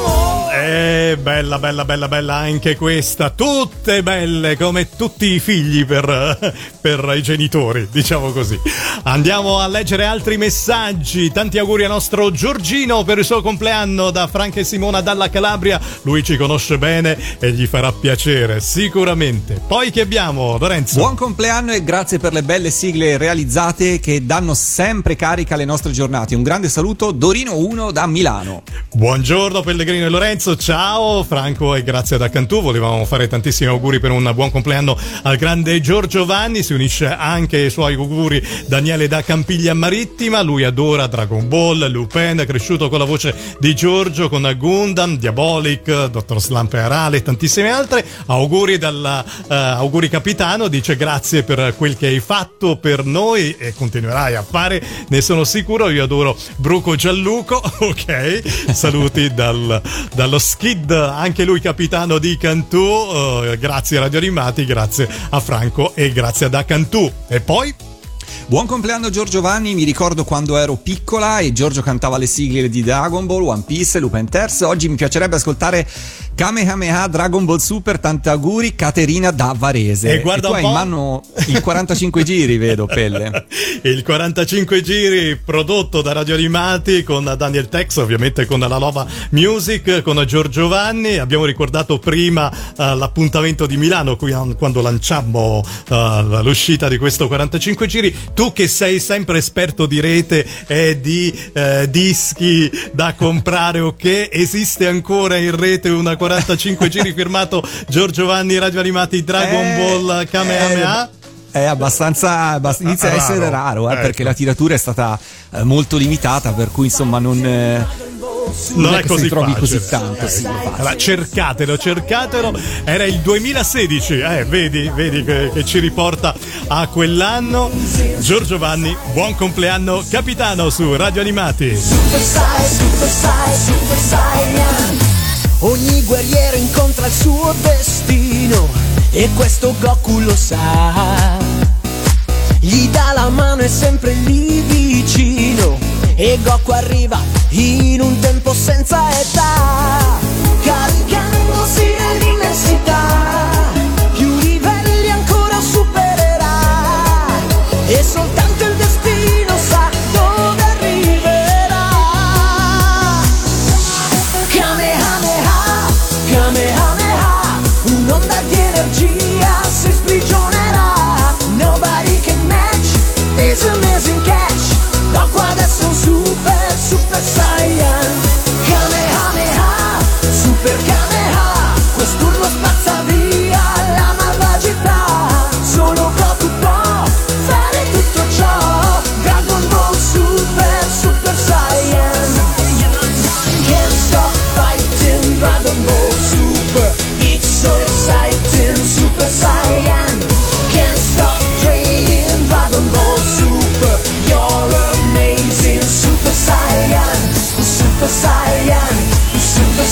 Bella, bella, bella, bella anche questa. Tutte belle, come tutti i figli per i genitori, diciamo così. Andiamo a leggere altri messaggi. Tanti auguri al nostro Giorgino per il suo compleanno da Franca e Simona dalla Calabria. Lui ci conosce bene e gli farà piacere, sicuramente. Poi che abbiamo, Lorenzo? Buon compleanno e grazie per le belle sigle realizzate che danno sempre carica alle nostre giornate. Un grande saluto, Dorino 1 da Milano. Buongiorno Pellegrino e Lorenzo, ciao Franco e grazie da Cantù. Volevamo fare tantissimi auguri per un buon compleanno al grande Giorgio Vanni. Si unisce anche ai suoi auguri Daniele da Campiglia Marittima. Lui adora Dragon Ball, Lupin, è cresciuto con la voce di Giorgio, con Gundam, Diabolic, Dottor Slump e Arale e tantissime altre. Auguri auguri capitano, dice grazie per quel che hai fatto per noi e continuerai a fare, ne sono sicuro. Io adoro Bruco Gialluco, ok, saluti dallo Skid, anche lui capitano di Cantù. Grazie Radio Animati, grazie a Franco e grazie da Cantù. E poi buon compleanno Giorgio Vanni, mi ricordo quando ero piccola e Giorgio cantava le sigle di Dragon Ball, One Piece, Lupin Terz. Oggi mi piacerebbe ascoltare Kamehameha, Dragon Ball Super, tanti auguri, Caterina da Varese. E guarda, e tu hai in mano il 45 giri, vedo, Pelle. Il 45 giri prodotto da Radio Animati con Daniel Tex, ovviamente con la Lova Music, con Giorgio Vanni. Abbiamo ricordato prima l'appuntamento di Milano quando lanciammo l'uscita di questo 45 giri. Tu che sei sempre esperto di rete e di dischi da comprare, ok? Esiste ancora in rete una 45 giri firmato Giorgio Vanni, Radio Animati, Dragon Ball Kamehameha? È abbastanza inizia a essere raro, ecco. Perché la tiratura è stata molto limitata, per cui insomma non è così si trovi facile. così tanto. Sì, Allora, cercatelo, era il 2016, vedi che ci riporta a quell'anno. Giorgio Vanni, buon compleanno capitano su Radio Animati. Super Saiyan. Ogni guerriero incontra il suo destino e questo Goku lo sa. Gli dà la mano e sempre lì vicino e Goku arriva in un tempo senza età, caricandosi nell'immensità. Più livelli ancora supererà e soltanto il destino sa dove arriverà. Kamehameha, Kamehameha, un'onda di energia si sprigionerà. Nobody can match this amazing catch. Goku adesso è un super Saiyan. Kamehameha, super Kameha, quest'urlo spazza via la malvagità. Solo Goku può fare tutto ciò. Dragon Ball super Saiyan. Can't stop fighting, Dragon Ball Super. It's so exciting, Super Saiyan. Can't stop training, Dragon Ball Super. You're amazing, Super Saiyan. Super Saiyan, Super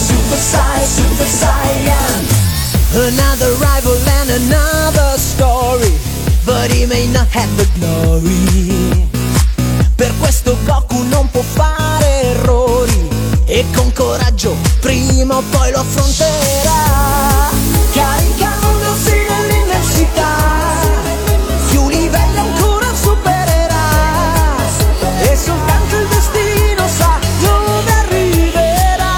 Saiyan. Another rival and another story, but he may not have the glory. Per questo Goku non può fare errori e con coraggio prima o poi lo affronterà, caricandosi nell'immensità. Più livelli ancora supererà e soltanto il destino sa dove arriverà.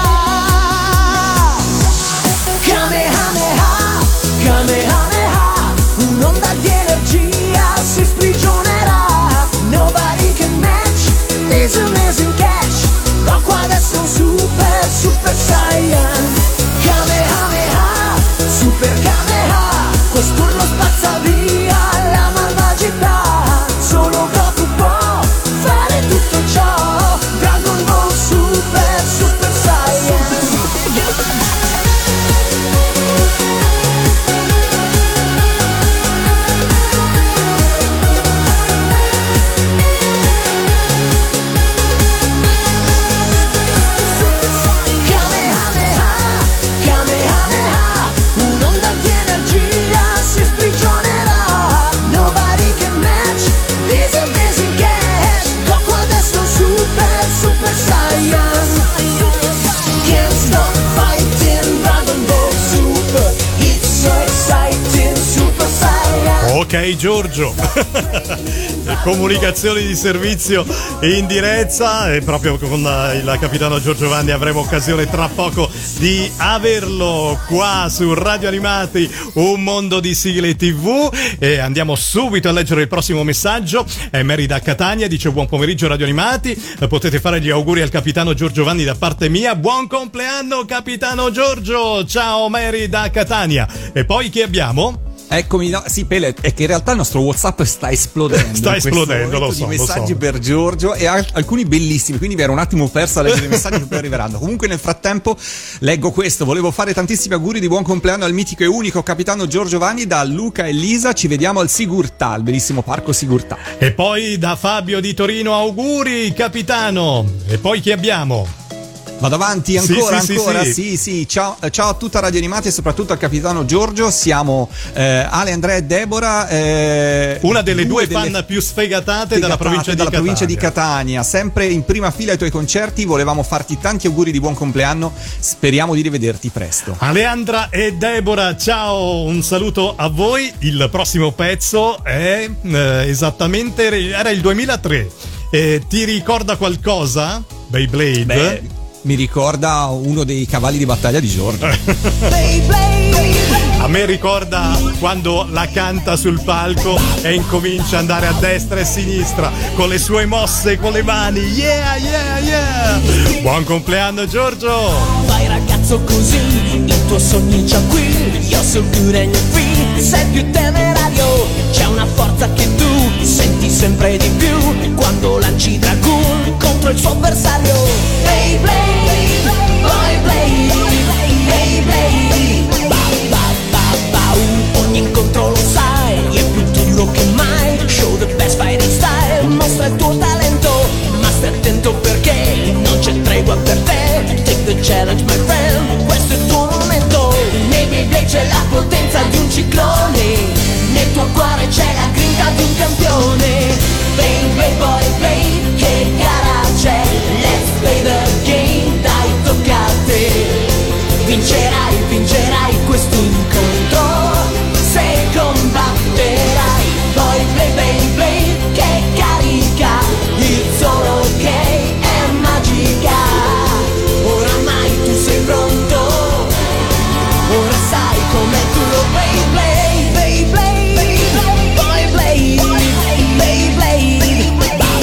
Kamehameha, Kamehameha, un'onda di energia si sprigionerà. Nobody can match this amazing catch. Goku adesso è un super Saiyan. Kamehameha, super Kameha, quest'urlo spazza via la malvagità. Solo Goku può fare tutto ciò. Dragon Ball super Saiyan. Kamehameha, Kamehameha, un'onda di energia si sprigionerà. Nobody can match this amazing catch. Goku adesso è un super Saiyan. Can't stop fighting, Dragon Ball Super. It's so exciting, Super Saiyan. Ok Giorgio, comunicazioni di servizio in diretta e proprio con il capitano Giorgio Vanni avremo occasione tra poco di averlo qua su Radio Animati, un mondo di sigle TV, e andiamo subito a leggere il prossimo messaggio. Mary da Catania dice: buon pomeriggio Radio Animati, potete fare gli auguri al capitano Giorgio Vanni da parte mia, buon compleanno capitano Giorgio. Ciao Mary da Catania. E poi chi abbiamo? Eccomi, no, sì, Pele, è che in realtà il nostro WhatsApp sta esplodendo. Sta esplodendo, lo so. Di messaggi per Giorgio e alcuni bellissimi, quindi mi ero un attimo perso a leggere i messaggi che poi arriveranno. Comunque nel frattempo leggo questo: volevo fare tantissimi auguri di buon compleanno al mitico e unico capitano Giorgio Vanni da Luca e Lisa, ci vediamo al Sigurtà, al bellissimo parco Sigurtà. E poi da Fabio di Torino: auguri capitano. E poi chi abbiamo? Vado avanti ancora. Sì. Ciao a tutta Radio Animati e soprattutto al capitano Giorgio. Siamo Ale, Andrea e Deborah, una delle due fan più sfegatate dalla provincia di Catania. Sempre in prima fila ai tuoi concerti, volevamo farti tanti auguri di buon compleanno, speriamo di rivederti presto. Aleandra e Deborah, ciao, un saluto a voi. Il prossimo pezzo è esattamente, era il 2003. Ti ricorda qualcosa? Beyblade? Beh, mi ricorda uno dei cavalli di battaglia di Giorgio. A me ricorda quando la canta sul palco e incomincia ad andare a destra e a sinistra con le sue mosse con le mani. Yeah. Buon compleanno Giorgio. Vai ragazzo così, il tuo sogno è già qui. Io sono good and you're free. Sei più tenera avversario. C'è una forza che tu senti sempre di più quando lanci Dragoon contro il suo avversario. Beyblade, boy Blade, Beyblade, ogni incontro lo sai, è più duro che mai. Show the best fighting style, mostra il tuo talento, ma stai attento perché non c'è tregua per te. Take the challenge my friend, questo è il tuo momento. Nei Beyblade c'è la potenza di un ciclone, nel tuo cuore c'è la grinta di un campione. Beyblade, boy Blade, che gara c'è? Let's play the game, dai tocca a te. Vincerai, vincerai questo incontro se combatterai. Boy Blade, Beyblade, che carica il solo che è magica. Oramai tu sei pronto, ora sai com'è duro Beyblade, Beyblade, boy Blade, Beyblade,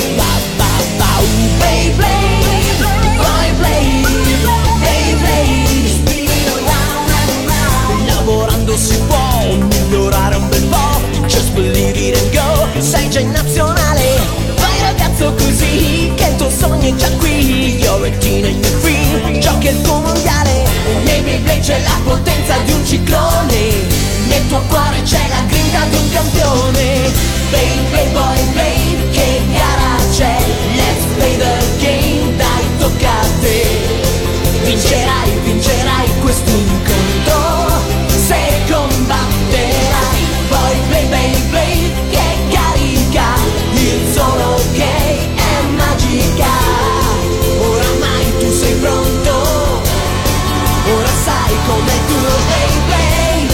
Beyblade, boy Blade, Beyblade. Lavorando si può migliorare un bel po', just believe it and go. Sei già in nazionale, vai ragazzo così che il tuo sogno è già qui. You're a teen and you're free, giochi il tuo mondiale. Nei Beyblade c'è la potenza di un ciclone, nel tuo cuore c'è la grinta di un campione. Beyblade, boy Blade, che gara c'è? Let's play the game, dai tocca a te. Vincerai, vincerai questo incontro se combatterai. Boy Blade, Beyblade, che carica il solo che è magica. Oramai tu sei pronto, ora sai com'è duro Beyblade.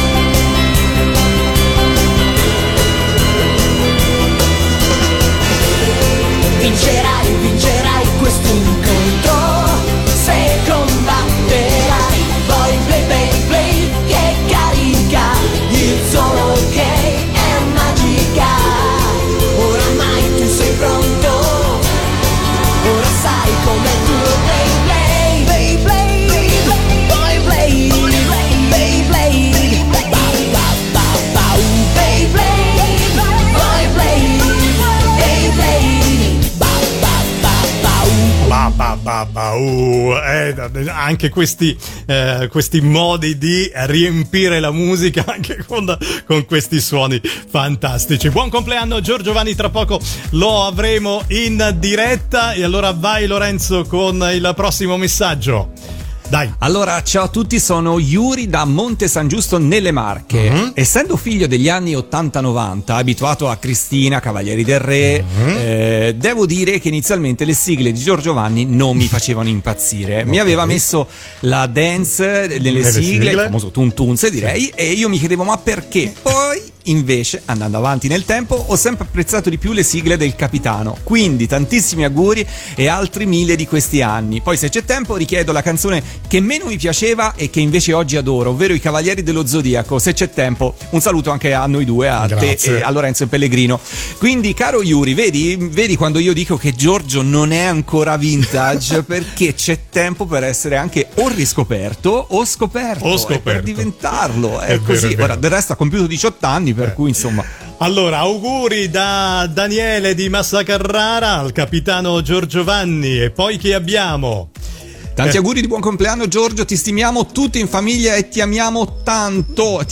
Vincerai, vincerai questo incontro se combatterai. Boy Blade, Beyblade, che carica il solo che è magica. Oramai tu sei pronto, ora sai com'è duro Beyblade, Beyblade, boy Blade, Beyblade, Beyblade, boy Blade, anche questi modi di riempire la musica anche con questi suoni fantastici. Buon compleanno Giorgio Vanni, tra poco lo avremo in diretta e allora vai Lorenzo con il prossimo messaggio. Dai. Allora, ciao a tutti, sono Yuri da Monte San Giusto nelle Marche. Essendo figlio degli anni 80-90, abituato a Cristina, Cavalieri del Re, devo dire che inizialmente le sigle di Giorgio Vanni non mi facevano impazzire. Mi aveva messo la dance nelle sigle, il famoso tuntunze direi, e io mi chiedevo ma perché? Poi invece, andando avanti nel tempo, ho sempre apprezzato di più le sigle del Capitano. Quindi tantissimi auguri e altri 1000 di questi anni. Poi se c'è tempo richiedo la canzone che meno mi piaceva e che invece oggi adoro, ovvero I Cavalieri dello Zodiaco. Se c'è tempo, un saluto anche a noi due, a te e a Lorenzo e Pellegrino. Quindi caro Yuri, vedi quando io dico che Giorgio non è ancora vintage perché c'è tempo per essere anche o riscoperto o scoperto. Per diventarlo, è così. Vero. Ora del resto ha compiuto 18 anni, per cui insomma. Allora, auguri da Daniele di Massa Carrara al capitano Giorgio Vanni. E poi chi abbiamo? Tanti auguri di buon compleanno Giorgio, ti stimiamo tutti in famiglia e ti amiamo tanto,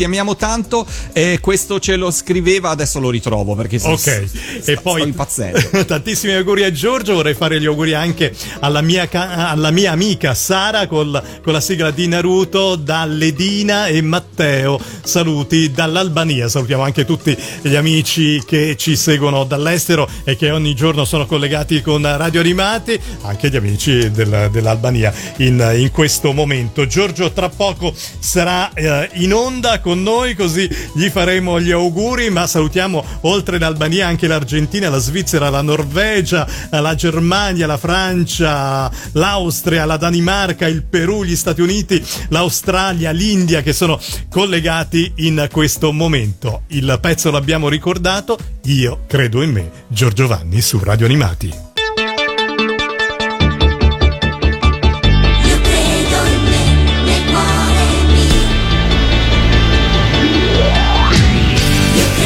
e questo ce lo scriveva, adesso lo ritrovo perché e poi sto impazzendo. Tantissimi auguri a Giorgio, vorrei fare gli auguri anche alla mia amica Sara con la sigla di Naruto, da Ledina e Matteo, saluti dall'Albania. Salutiamo anche tutti gli amici che ci seguono dall'estero e che ogni giorno sono collegati con Radio Animati, anche gli amici dell'Albania in questo momento. Giorgio tra poco sarà in onda con noi, così gli faremo gli auguri, ma salutiamo oltre l'Albania anche l'Argentina, la Svizzera, la Norvegia, la Germania, la Francia, l'Austria, la Danimarca, il Perù, gli Stati Uniti, l'Australia, l'India, che sono collegati in questo momento. Il pezzo l'abbiamo ricordato, Io credo in me, Giorgio Vanni su Radio Animati. Io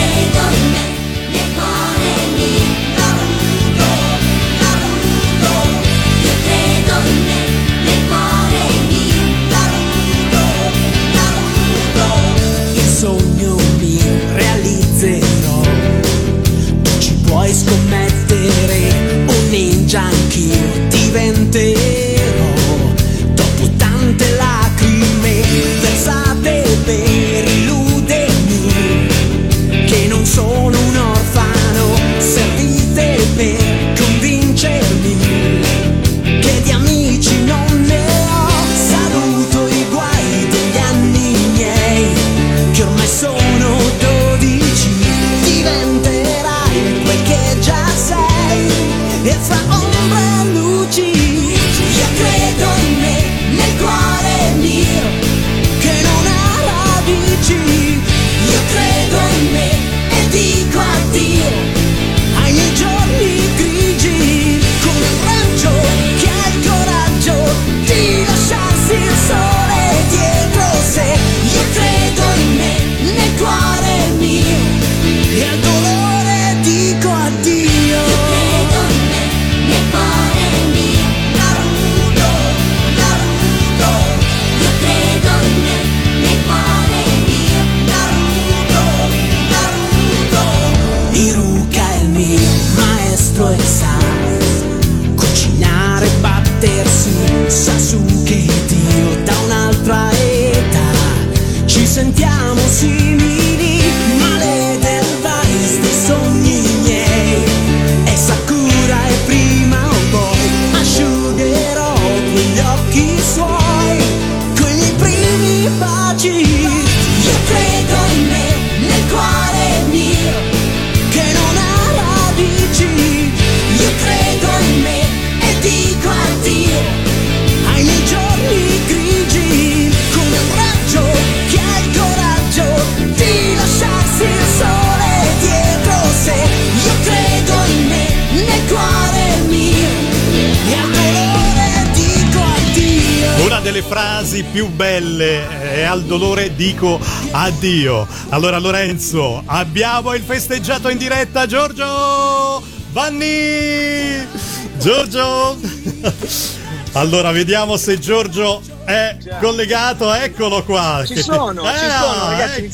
e sa cucinare, battersi, Sasuke e Dio da un'altra età. Ci sentiamo simili, ma le device dei sogni miei. E Sakura è prima o poi asciugherò quegli occhi suoi con i primi baci. Io credo in me, nel cuore mio che non ha radici. Io credo in me e dico addio ai miei giorni grigi, come un raggio che ha il coraggio di lasciarsi il sole dietro sé. Io credo in me, nel cuore mio, e al dolore dico addio. Una delle frasi più belle è al dolore dico addio. Allora Lorenzo, abbiamo il festeggiato in diretta, Giorgio Vanni. Giorgio. Allora vediamo se Giorgio è collegato, eccolo qua. Ci sono, ragazzi.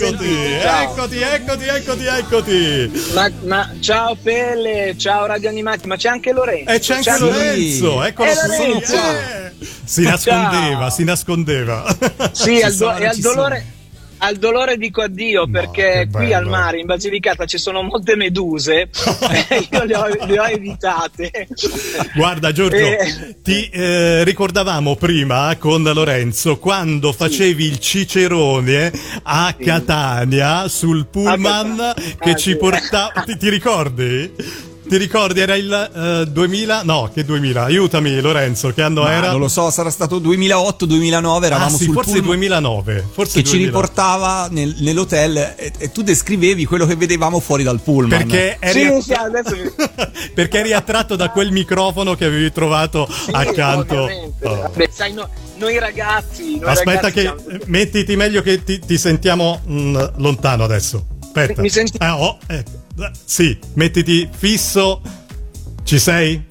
Eccoti. Ma ciao Pelle, ciao Radio Animati, ma c'è anche Lorenzo. E c'è anche Lorenzo, eccolo qui. Si nascondeva. Sì, al dolore dico addio, perché qui al mare in Basilicata ci sono molte meduse. Io le ho evitate. Guarda Giorgio, ti ricordavamo prima con Lorenzo quando facevi il cicerone a Catania sul pullman che ci portava. Ti ricordi? Ti ricordi? Era il 2000? No, che 2000? Aiutami Lorenzo, che anno era? Non lo so, sarà stato 2008-2009, eravamo sul forse pullman 2009, forse che 2000. Ci riportava nell'hotel e tu descrivevi quello che vedevamo fuori dal pullman. Perché perché eri attratto da quel microfono che avevi trovato accanto. Oh. Beh, sai, noi ragazzi. Aspetta che mettiti meglio, che ti sentiamo lontano adesso. Aspetta. Mi senti? Sì, mettiti fisso. Ci sei?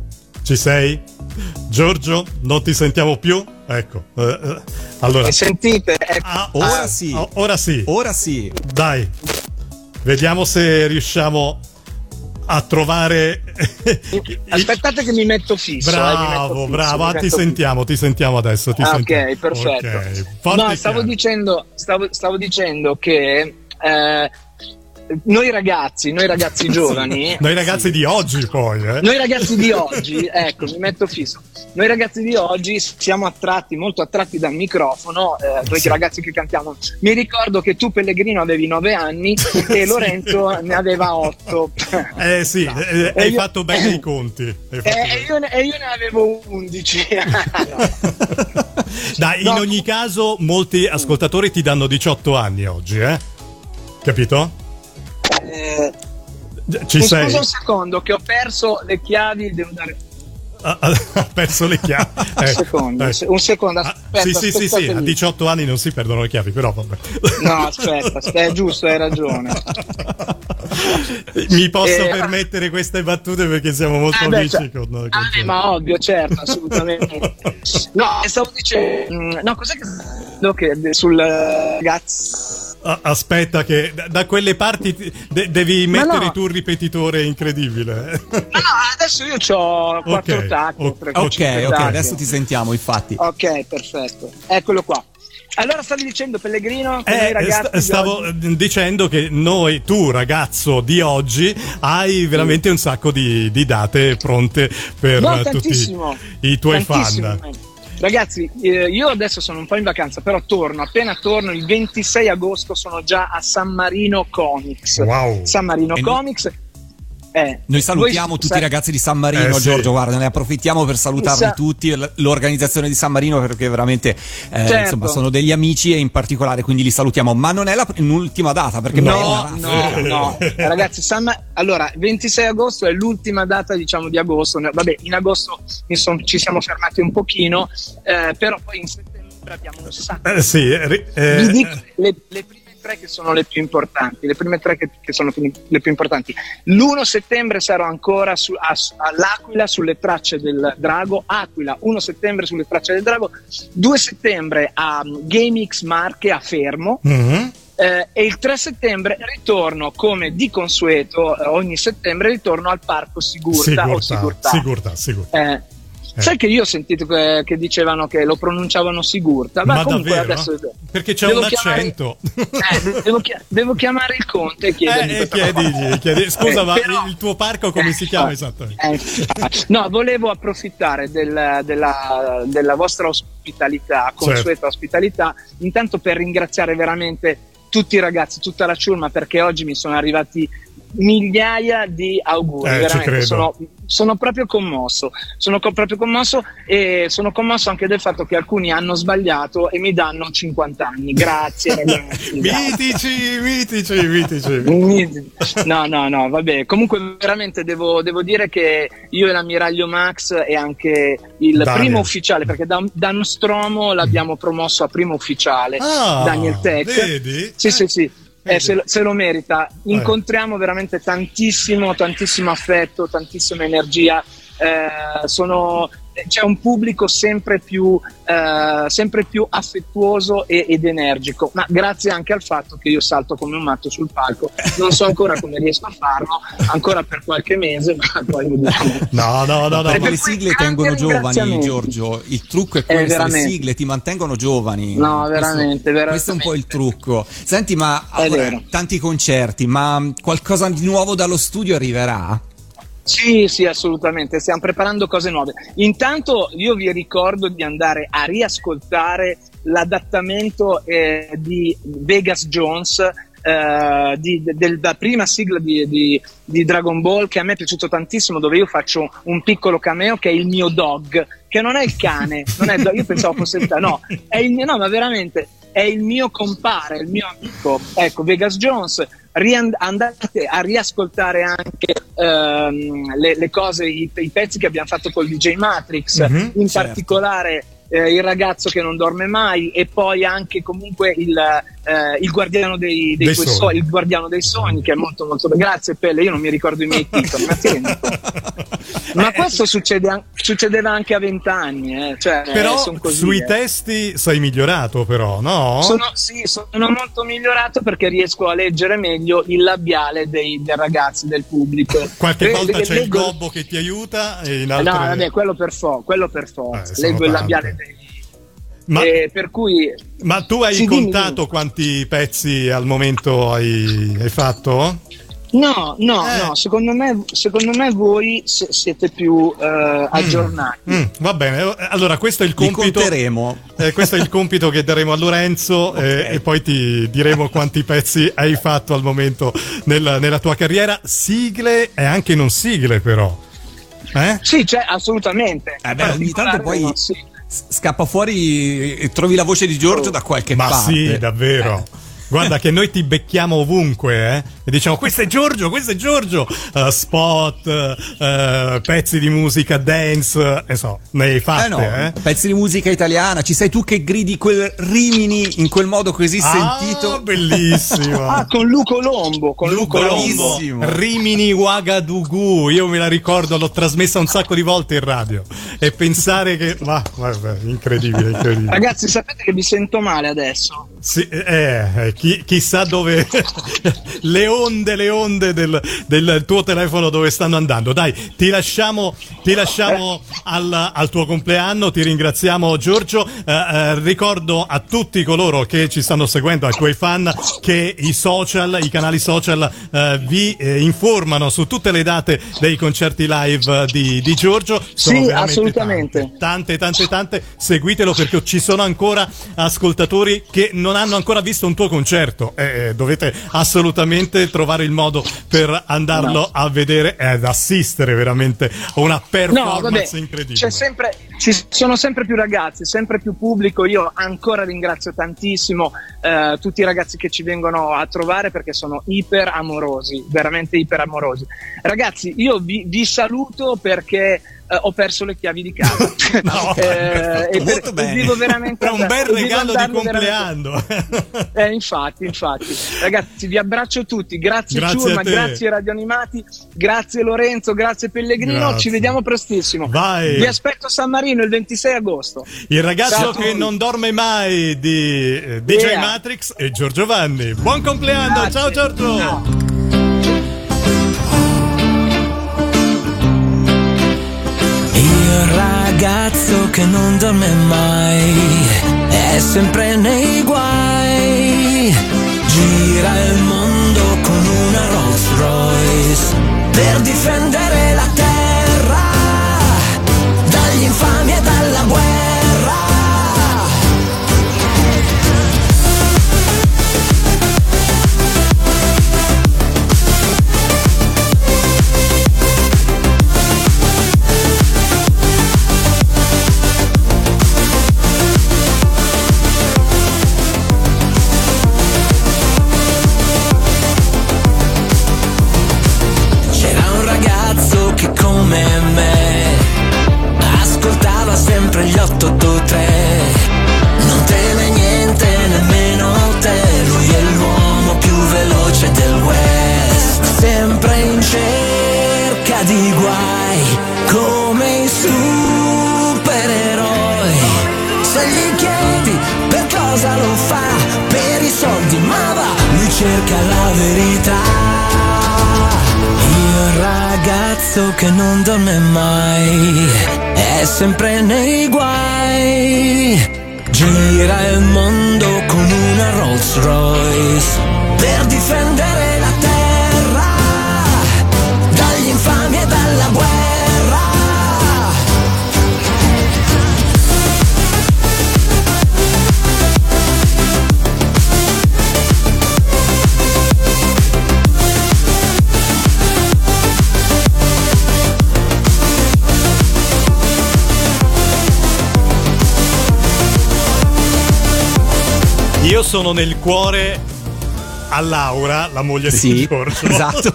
Giorgio, non ti sentiamo più? Ecco. Allora. Mi sentite? Ora sì. Dai. Vediamo se riusciamo a trovare. Aspettate che mi metto fisso. Bravo. Ti sentiamo adesso. Ok, perfetto. Okay. No, stavo dicendo che noi ragazzi giovani, noi ragazzi di oggi poi noi ragazzi di oggi, ecco, mi metto fisso, noi ragazzi di oggi siamo molto attratti dal microfono, noi ragazzi che cantiamo. Mi ricordo che tu Pellegrino avevi 9 anni e Lorenzo ne aveva 8. Hai fatto bene i conti. Io ne avevo 11. Dai, in ogni caso molti ascoltatori ti danno 18 anni oggi, capito? Scusa un secondo che ho perso le chiavi, devo dare. Ha perso le chiavi. Un secondo, aspetta. Sì, a 18 anni non si perdono le chiavi, però vabbè. No, aspetta, è giusto, hai ragione. Mi posso permettere queste battute perché siamo molto amici con noi. Ma ovvio, certo, assolutamente. No, stavo dicendo. No, cos'è che sul ragazzi. Aspetta che da quelle parti devi mettere tu un ripetitore incredibile. No, adesso io c'ho 4 tacchi. Ok, adesso ti sentiamo, infatti. Ok, perfetto. Eccolo qua. Allora stavi dicendo, Pellegrino, che noi ragazzi stavo dicendo che tu ragazzo di oggi hai veramente un sacco di date pronte per tutti i tuoi fan. Ragazzi, io adesso sono un po' in vacanza, però appena torno il 26 agosto sono già a San Marino Comics. Wow. San Marino Comics. Noi salutiamo tutti i ragazzi di San Marino, Giorgio, guarda, ne approfittiamo per salutarli tutti, l'organizzazione di San Marino, perché veramente insomma sono degli amici, e in particolare quindi li salutiamo, ma non è l'ultima data, perché no. Ragazzi, allora 26 agosto è l'ultima data, diciamo, di agosto. Vabbè, in agosto ci siamo fermati un pochino, però poi in settembre abbiamo un sacco. Vi dico le prime 3 che sono le più importanti, le più importanti. L'1 settembre sarò ancora all'Aquila sulle tracce del Drago. 1 settembre sulle tracce del Drago. 2 settembre a GameX Marche a Fermo. E il 3 settembre ritorno, come di consueto, ogni settembre ritorno al Parco Sigurta. Sai che io ho sentito che dicevano che lo pronunciavano Sigurta, ma comunque davvero? adesso perché c'è un accento. Devo chiamare il conte e chiedergli chiedi. Scusa, ma però, il tuo parco come si chiama esattamente? No, volevo approfittare della vostra ospitalità, consueta ospitalità, intanto per ringraziare veramente tutti i ragazzi, tutta la ciurma, perché oggi mi sono arrivati migliaia di auguri, veramente sono proprio commosso, e sono commosso anche del fatto che alcuni hanno sbagliato e mi danno 50 anni. Grazie ragazzi. Mitici. No, vabbè, comunque veramente devo dire che io e l'ammiraglio Max e anche il primo ufficiale, perché da Nostromo l'abbiamo promosso a primo ufficiale, Daniel Tech. Vedi? Sì. Se lo merita. Incontriamo veramente tantissimo affetto, tantissima energia. C'è un pubblico sempre più affettuoso ed energico, ma grazie anche al fatto che io salto come un matto sul palco. Non so ancora come riesco a farlo, ancora per qualche mese, ma poi vediamo. No. Perché le sigle tengono giovani, Giorgio. Il trucco è questo, le sigle ti mantengono giovani. No, veramente. Questo è un po' il trucco. Senti, ma tanti concerti, ma qualcosa di nuovo dallo studio arriverà? Sì, assolutamente, stiamo preparando cose nuove. Intanto io vi ricordo di andare a riascoltare l'adattamento di Vegas Jones, della prima sigla di Dragon Ball, che a me è piaciuto tantissimo, dove io faccio un piccolo cameo che è il mio dog, che non è il cane, non è il dog, io pensavo fosse il cane, no, ma veramente è il mio compare, il mio amico. Ecco, Vegas Jones. Andate a riascoltare anche le cose, i pezzi che abbiamo fatto col DJ Matrix, in particolare il ragazzo che non dorme mai, e poi anche comunque il guardiano dei tuoi sogni, il guardiano dei sogni, che è molto molto bello. Grazie Pelle, io non mi ricordo i miei titoli, ma questo succedeva anche a 20 anni, però son così, sui testi sei migliorato, però, no? Sono molto migliorato, perché riesco a leggere meglio il labiale dei ragazzi, del pubblico. Qualche volta c'è il gobbo che ti aiuta e in altre... No, vabbè, quello per forza. Leggo il labiale per cui... Ma tu hai contato quanti pezzi al momento hai fatto? No, secondo me voi siete più aggiornati. Va bene, allora questo è il compito. Questo è il compito che daremo a Lorenzo, e poi ti diremo quanti pezzi hai fatto al momento nella tua carriera, sigle e anche non sigle, però. Sì, assolutamente. Ogni tanto poi scappa fuori e trovi la voce di Giorgio da qualche parte. Ma sì, davvero. Guarda che noi ti becchiamo ovunque, e diciamo questo è Giorgio, spot, pezzi di musica dance, ne hai fatte, pezzi di musica italiana, ci sei tu che gridi quel Rimini in quel modo così sentito. Bellissimo. Con Luco Lombo, Rimini Ouagadougou, io me la ricordo, l'ho trasmessa un sacco di volte in radio, e pensare che incredibile. Ragazzi, sapete che mi sento male adesso? Sì, chissà dove le onde del tuo telefono dove stanno andando. Dai, ti lasciamo al tuo compleanno, ti ringraziamo Giorgio, ricordo a tutti coloro che ci stanno seguendo, a quei fan, che i canali social vi informano su tutte le date dei concerti live di Giorgio. Sì, assolutamente, tante, seguitelo, perché ci sono ancora ascoltatori che non hanno ancora visto un tuo concerto, dovete assolutamente trovare il modo per andarlo a vedere e ad assistere veramente a una performance incredibile. Ci sono sempre più ragazzi, sempre più pubblico. Io ancora ringrazio tantissimo tutti i ragazzi che ci vengono a trovare, perché sono iper amorosi, veramente iper amorosi. Ragazzi, io vi saluto, perché ho perso le chiavi di casa. No, molto bene. Vivo veramente è un bel regalo di compleanno. Infatti, ragazzi, vi abbraccio tutti. Grazie Ciurma, grazie Radio Animati, grazie Lorenzo, grazie Pellegrino. Grazie. Ci vediamo prestissimo. Vai. Vi aspetto a San Marino il 26 agosto. Il ragazzo che non dorme mai di DJ Matrix e Giorgio Vanni. Buon compleanno, grazie. ciao Giorgio. Ciao. Il ragazzo che non dorme mai è sempre nei guai, gira il mondo con una Rolls Royce per difendere la terra dagli infami e dalla guerra. Come me ascoltava sempre gli 883, non teme niente nemmeno te, lui è l'uomo più veloce del West, sempre in cerca di guai come i supereroi. Se gli chiedi per cosa lo fa, per i soldi, ma va, lui cerca la verità. Il ragazzo che non dorme mai è sempre nei guai, gira il mondo con una Rolls Royce per difendere la terra dagli infami e dalla guerra. Io sono nel cuore a Laura, la moglie di Giorgio. Esatto.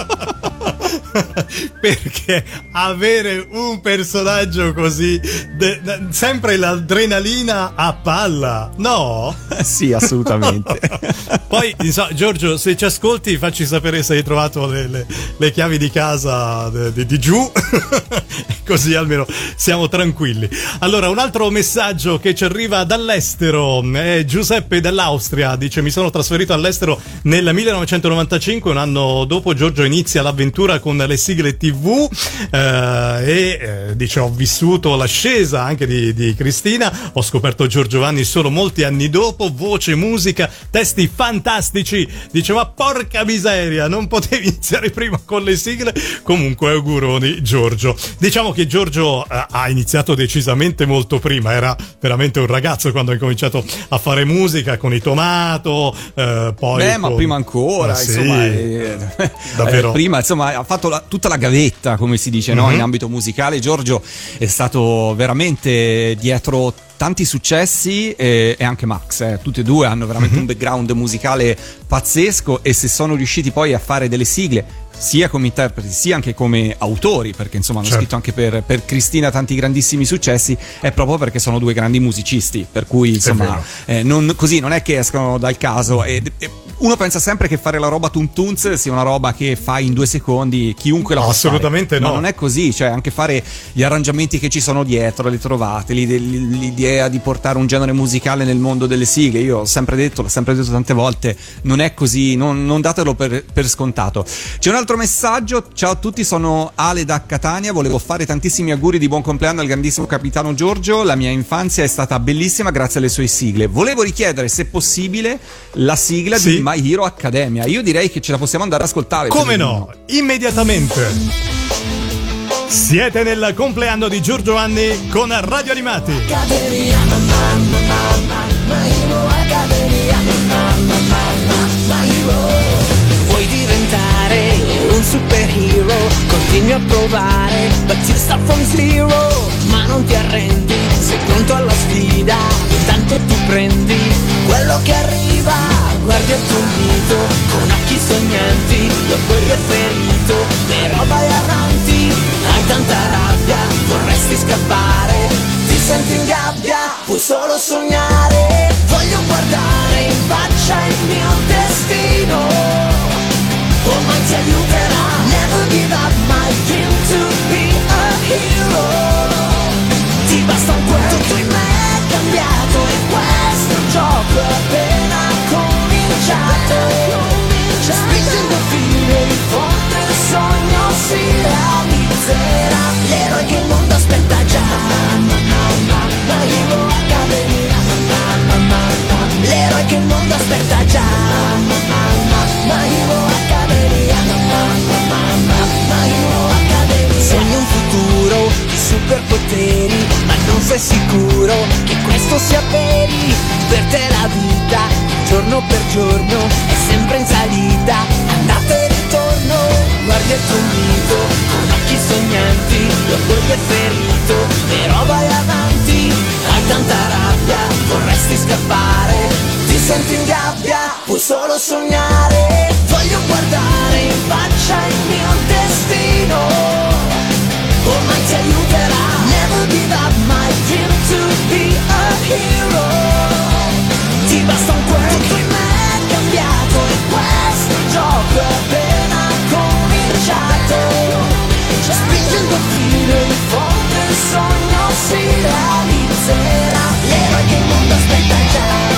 Perché avere un personaggio così sempre l'adrenalina a palla, no? Sì, assolutamente. Poi Giorgio, se ci ascolti facci sapere se hai trovato le chiavi di casa di giù, così almeno siamo tranquilli. Allora, un altro messaggio che ci arriva dall'estero è Giuseppe dall'Austria, dice: mi sono trasferito all'estero nel 1995, un anno dopo Giorgio inizia l'avventura con le sigle TV dice: ho vissuto l'ascesa anche di Cristina, ho scoperto Giorgio Vanni solo molti anni dopo, voce, musica, testi fantastici. Dice: ma porca miseria, non potevi iniziare prima con le sigle? Comunque auguroni Giorgio. Diciamo che Giorgio ha iniziato decisamente molto prima, era veramente un ragazzo quando ha cominciato a fare musica con i Tomato, poi ma prima ancora, sì, insomma, davvero. Prima insomma ha fatto tutta la gavetta, come si dice, no? In ambito musicale Giorgio è stato veramente dietro tanti successi e anche Max, tutti e due hanno veramente un background musicale pazzesco, e se sono riusciti poi a fare delle sigle sia come interpreti sia anche come autori, perché insomma hanno scritto anche per Cristina tanti grandissimi successi, è proprio perché sono due grandi musicisti, per cui insomma non è che escono dal caso, e uno pensa sempre che fare la roba tuntunz sia una roba che fai in 2 secondi chiunque la può assolutamente fare. no, ma non è così, cioè anche fare gli arrangiamenti che ci sono dietro, le trovate, l'idea di portare un genere musicale nel mondo delle sigle, io ho sempre detto, l'ho sempre detto tante volte, non è così, non datelo per scontato. C'è un altro messaggio: ciao a tutti, sono Ale da Catania, volevo fare tantissimi auguri di buon compleanno al grandissimo capitano Giorgio, la mia infanzia è stata bellissima grazie alle sue sigle, volevo richiedere se possibile la sigla di My Hero Academia. Io direi che ce la possiamo andare ad ascoltare. Come no? Immediatamente. Siete nel compleanno di Giorgio Vanni con Radio Animati. Vuoi diventare un superhero? Continui a provare, but you start from zero. Ma non ti arrendi, sei pronto alla sfida. Intanto ti prendi quello che arriva. Guardi il tuo dito con occhi sognanti, l'orgoglio è ferito, però vai avanti. Hai tanta rabbia, solo sognare, voglio guardare in faccia il mio destino, ormai ti aiuterà. Never give up my dream to be a hero. Ti basta un quel, tutto in me è cambiato e questo gioco è appena cominciato. Spingendo fino in fondo il sogno si realizzerà. L'eroe che il mondo aspetta già. My Hero Academia. L'eroe che il mondo aspetta già. My Hero Academia. My Hero Academia. Sogni un futuro di superpoteri, ma non sei sicuro che questo sia veri. Per te la vita, giorno per giorno, è sempre in salita, andata e ritorno. Guardi il tuo mito con occhi sognanti, l'orgoglio è ferito, però vai avanti. Hai tanta rabbia, vorresti scappare, ti senti in gabbia, puoi solo sognare. Voglio guardare in faccia il mio destino, ormai ti aiuterà. Never give up my dream to be a hero. Ti basta un quel, tutto in me è cambiato e questo gioco è appena cominciato. Spingendo fino in fondo il sogno si realizzerà. L'eroe che il mondo aspetta già.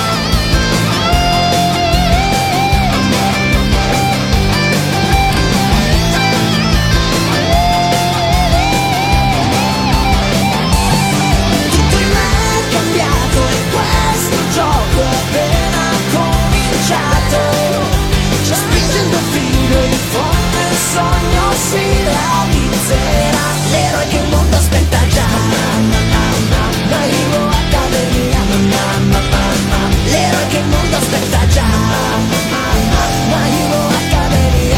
Spingendo fino in fondo il sogno si realizzerà. L'eroe che il mondo aspetta già. My Hero Academia. L'eroe che il mondo aspetta già. My Hero Academia.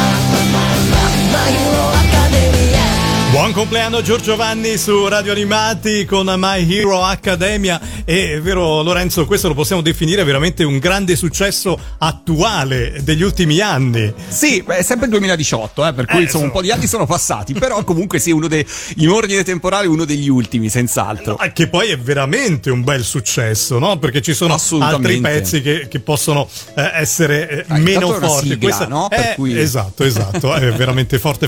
My Hero Academia. Buon compleanno Giorgio Vanni su Radio Animati con My Hero Academia. E è vero Lorenzo, questo lo possiamo definire veramente un grande successo attuale degli ultimi anni. Sì, è sempre il 2018, per cui insomma un po' di anni sono passati, però comunque sì, uno in ordine temporale uno degli ultimi, senz'altro. Che poi è veramente un bel successo, no? Perché ci sono altri pezzi che possono essere meno forti. Sigla, questa, no? Per cui... Esatto, è veramente forte.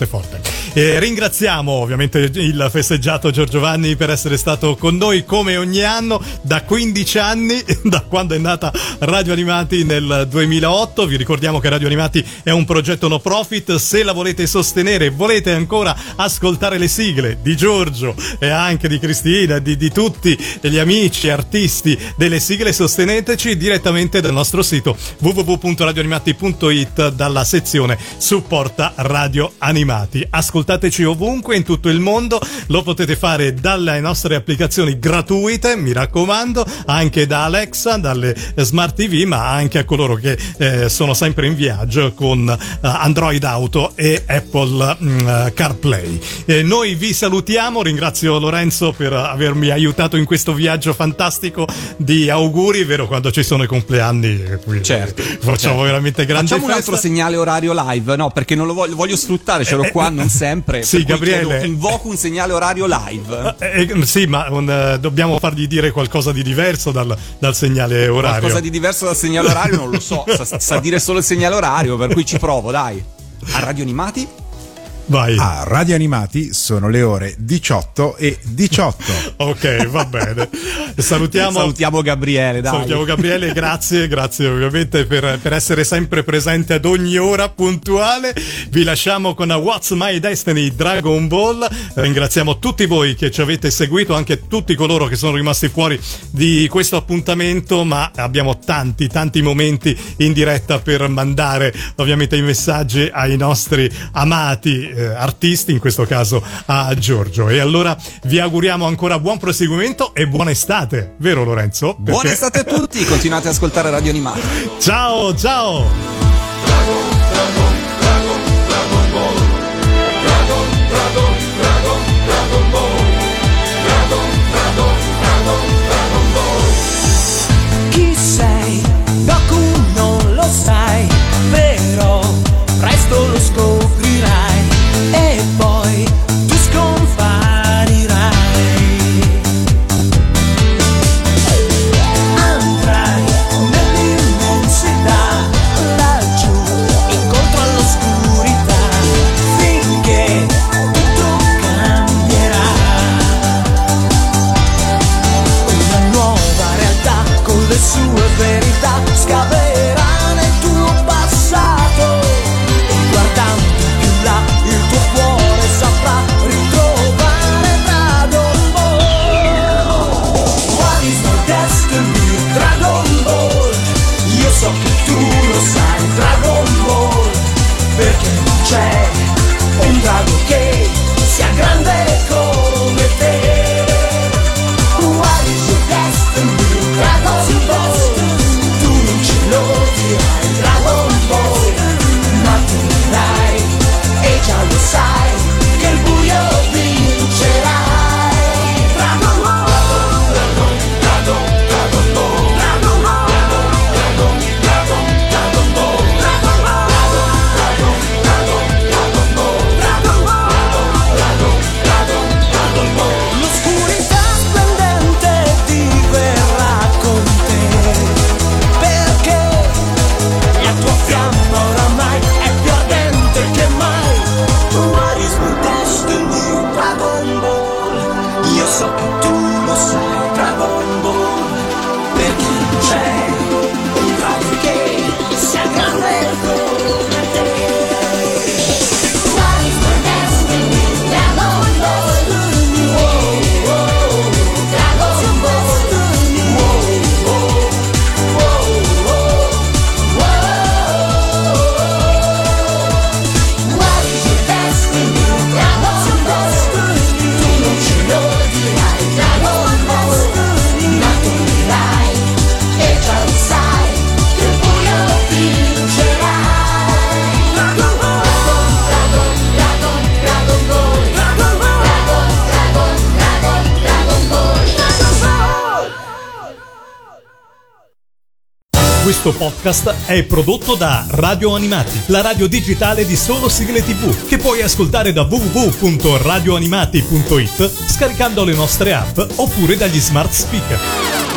Ringraziamo ovviamente il festeggiato Giorgio Vanni per essere stato con noi come ogni anno da 15 anni, da quando è nata Radio Animati nel 2008. Vi ricordiamo che Radio Animati è un progetto no profit. Se la volete sostenere e volete ancora ascoltare le sigle di Giorgio e anche di Cristina, di tutti gli amici artisti delle sigle, sosteneteci direttamente dal nostro sito www.radioanimati.it dalla sezione Supporta Radio Animati. Ascoltateci ovunque in tutto il mondo, lo potete fare dalle nostre applicazioni gratuite, mi raccomando, anche da Alexa, dalle Smart TV, ma anche a coloro che sono sempre in viaggio con Android Auto e Apple CarPlay. Noi vi salutiamo, ringrazio Lorenzo per avermi aiutato in questo viaggio fantastico di auguri, vero, quando ci sono i compleanni, certo, facciamo veramente grande Facciamo festa. un altro segnale orario live, no? Perché non lo voglio sfruttare, ce l'ho qua, non sempre. Sì, Gabriele, invoco un segnale orario live. Sì, ma dobbiamo fargli dire qualcosa di diverso dal segnale orario. Qualcosa di diverso dal segnale orario non lo so, sa dire solo il segnale orario, per cui ci provo, dai. A Radio Animati? Vai. A Radio Animati sono le ore 18:18. Ok, va bene. Salutiamo Gabriele, dai. Salutiamo Gabriele, grazie ovviamente per essere sempre presente ad ogni ora puntuale. Vi lasciamo con What's My Destiny Dragon Ball. Ringraziamo tutti voi che ci avete seguito, anche tutti coloro che sono rimasti fuori di questo appuntamento, ma abbiamo tanti momenti in diretta per mandare ovviamente i messaggi ai nostri amati artisti, in questo caso a Giorgio. E allora vi auguriamo ancora buon proseguimento e buona estate, vero Lorenzo? Buona estate a tutti, continuate ad ascoltare Radio Animati. Ciao. Chi sei? Goku non lo sai, però presto lo scoprirai e poi tu scomparirai. Questo podcast è prodotto da Radio Animati, la radio digitale di solo sigle TV, che puoi ascoltare da www.radioanimati.it scaricando le nostre app oppure dagli smart speaker.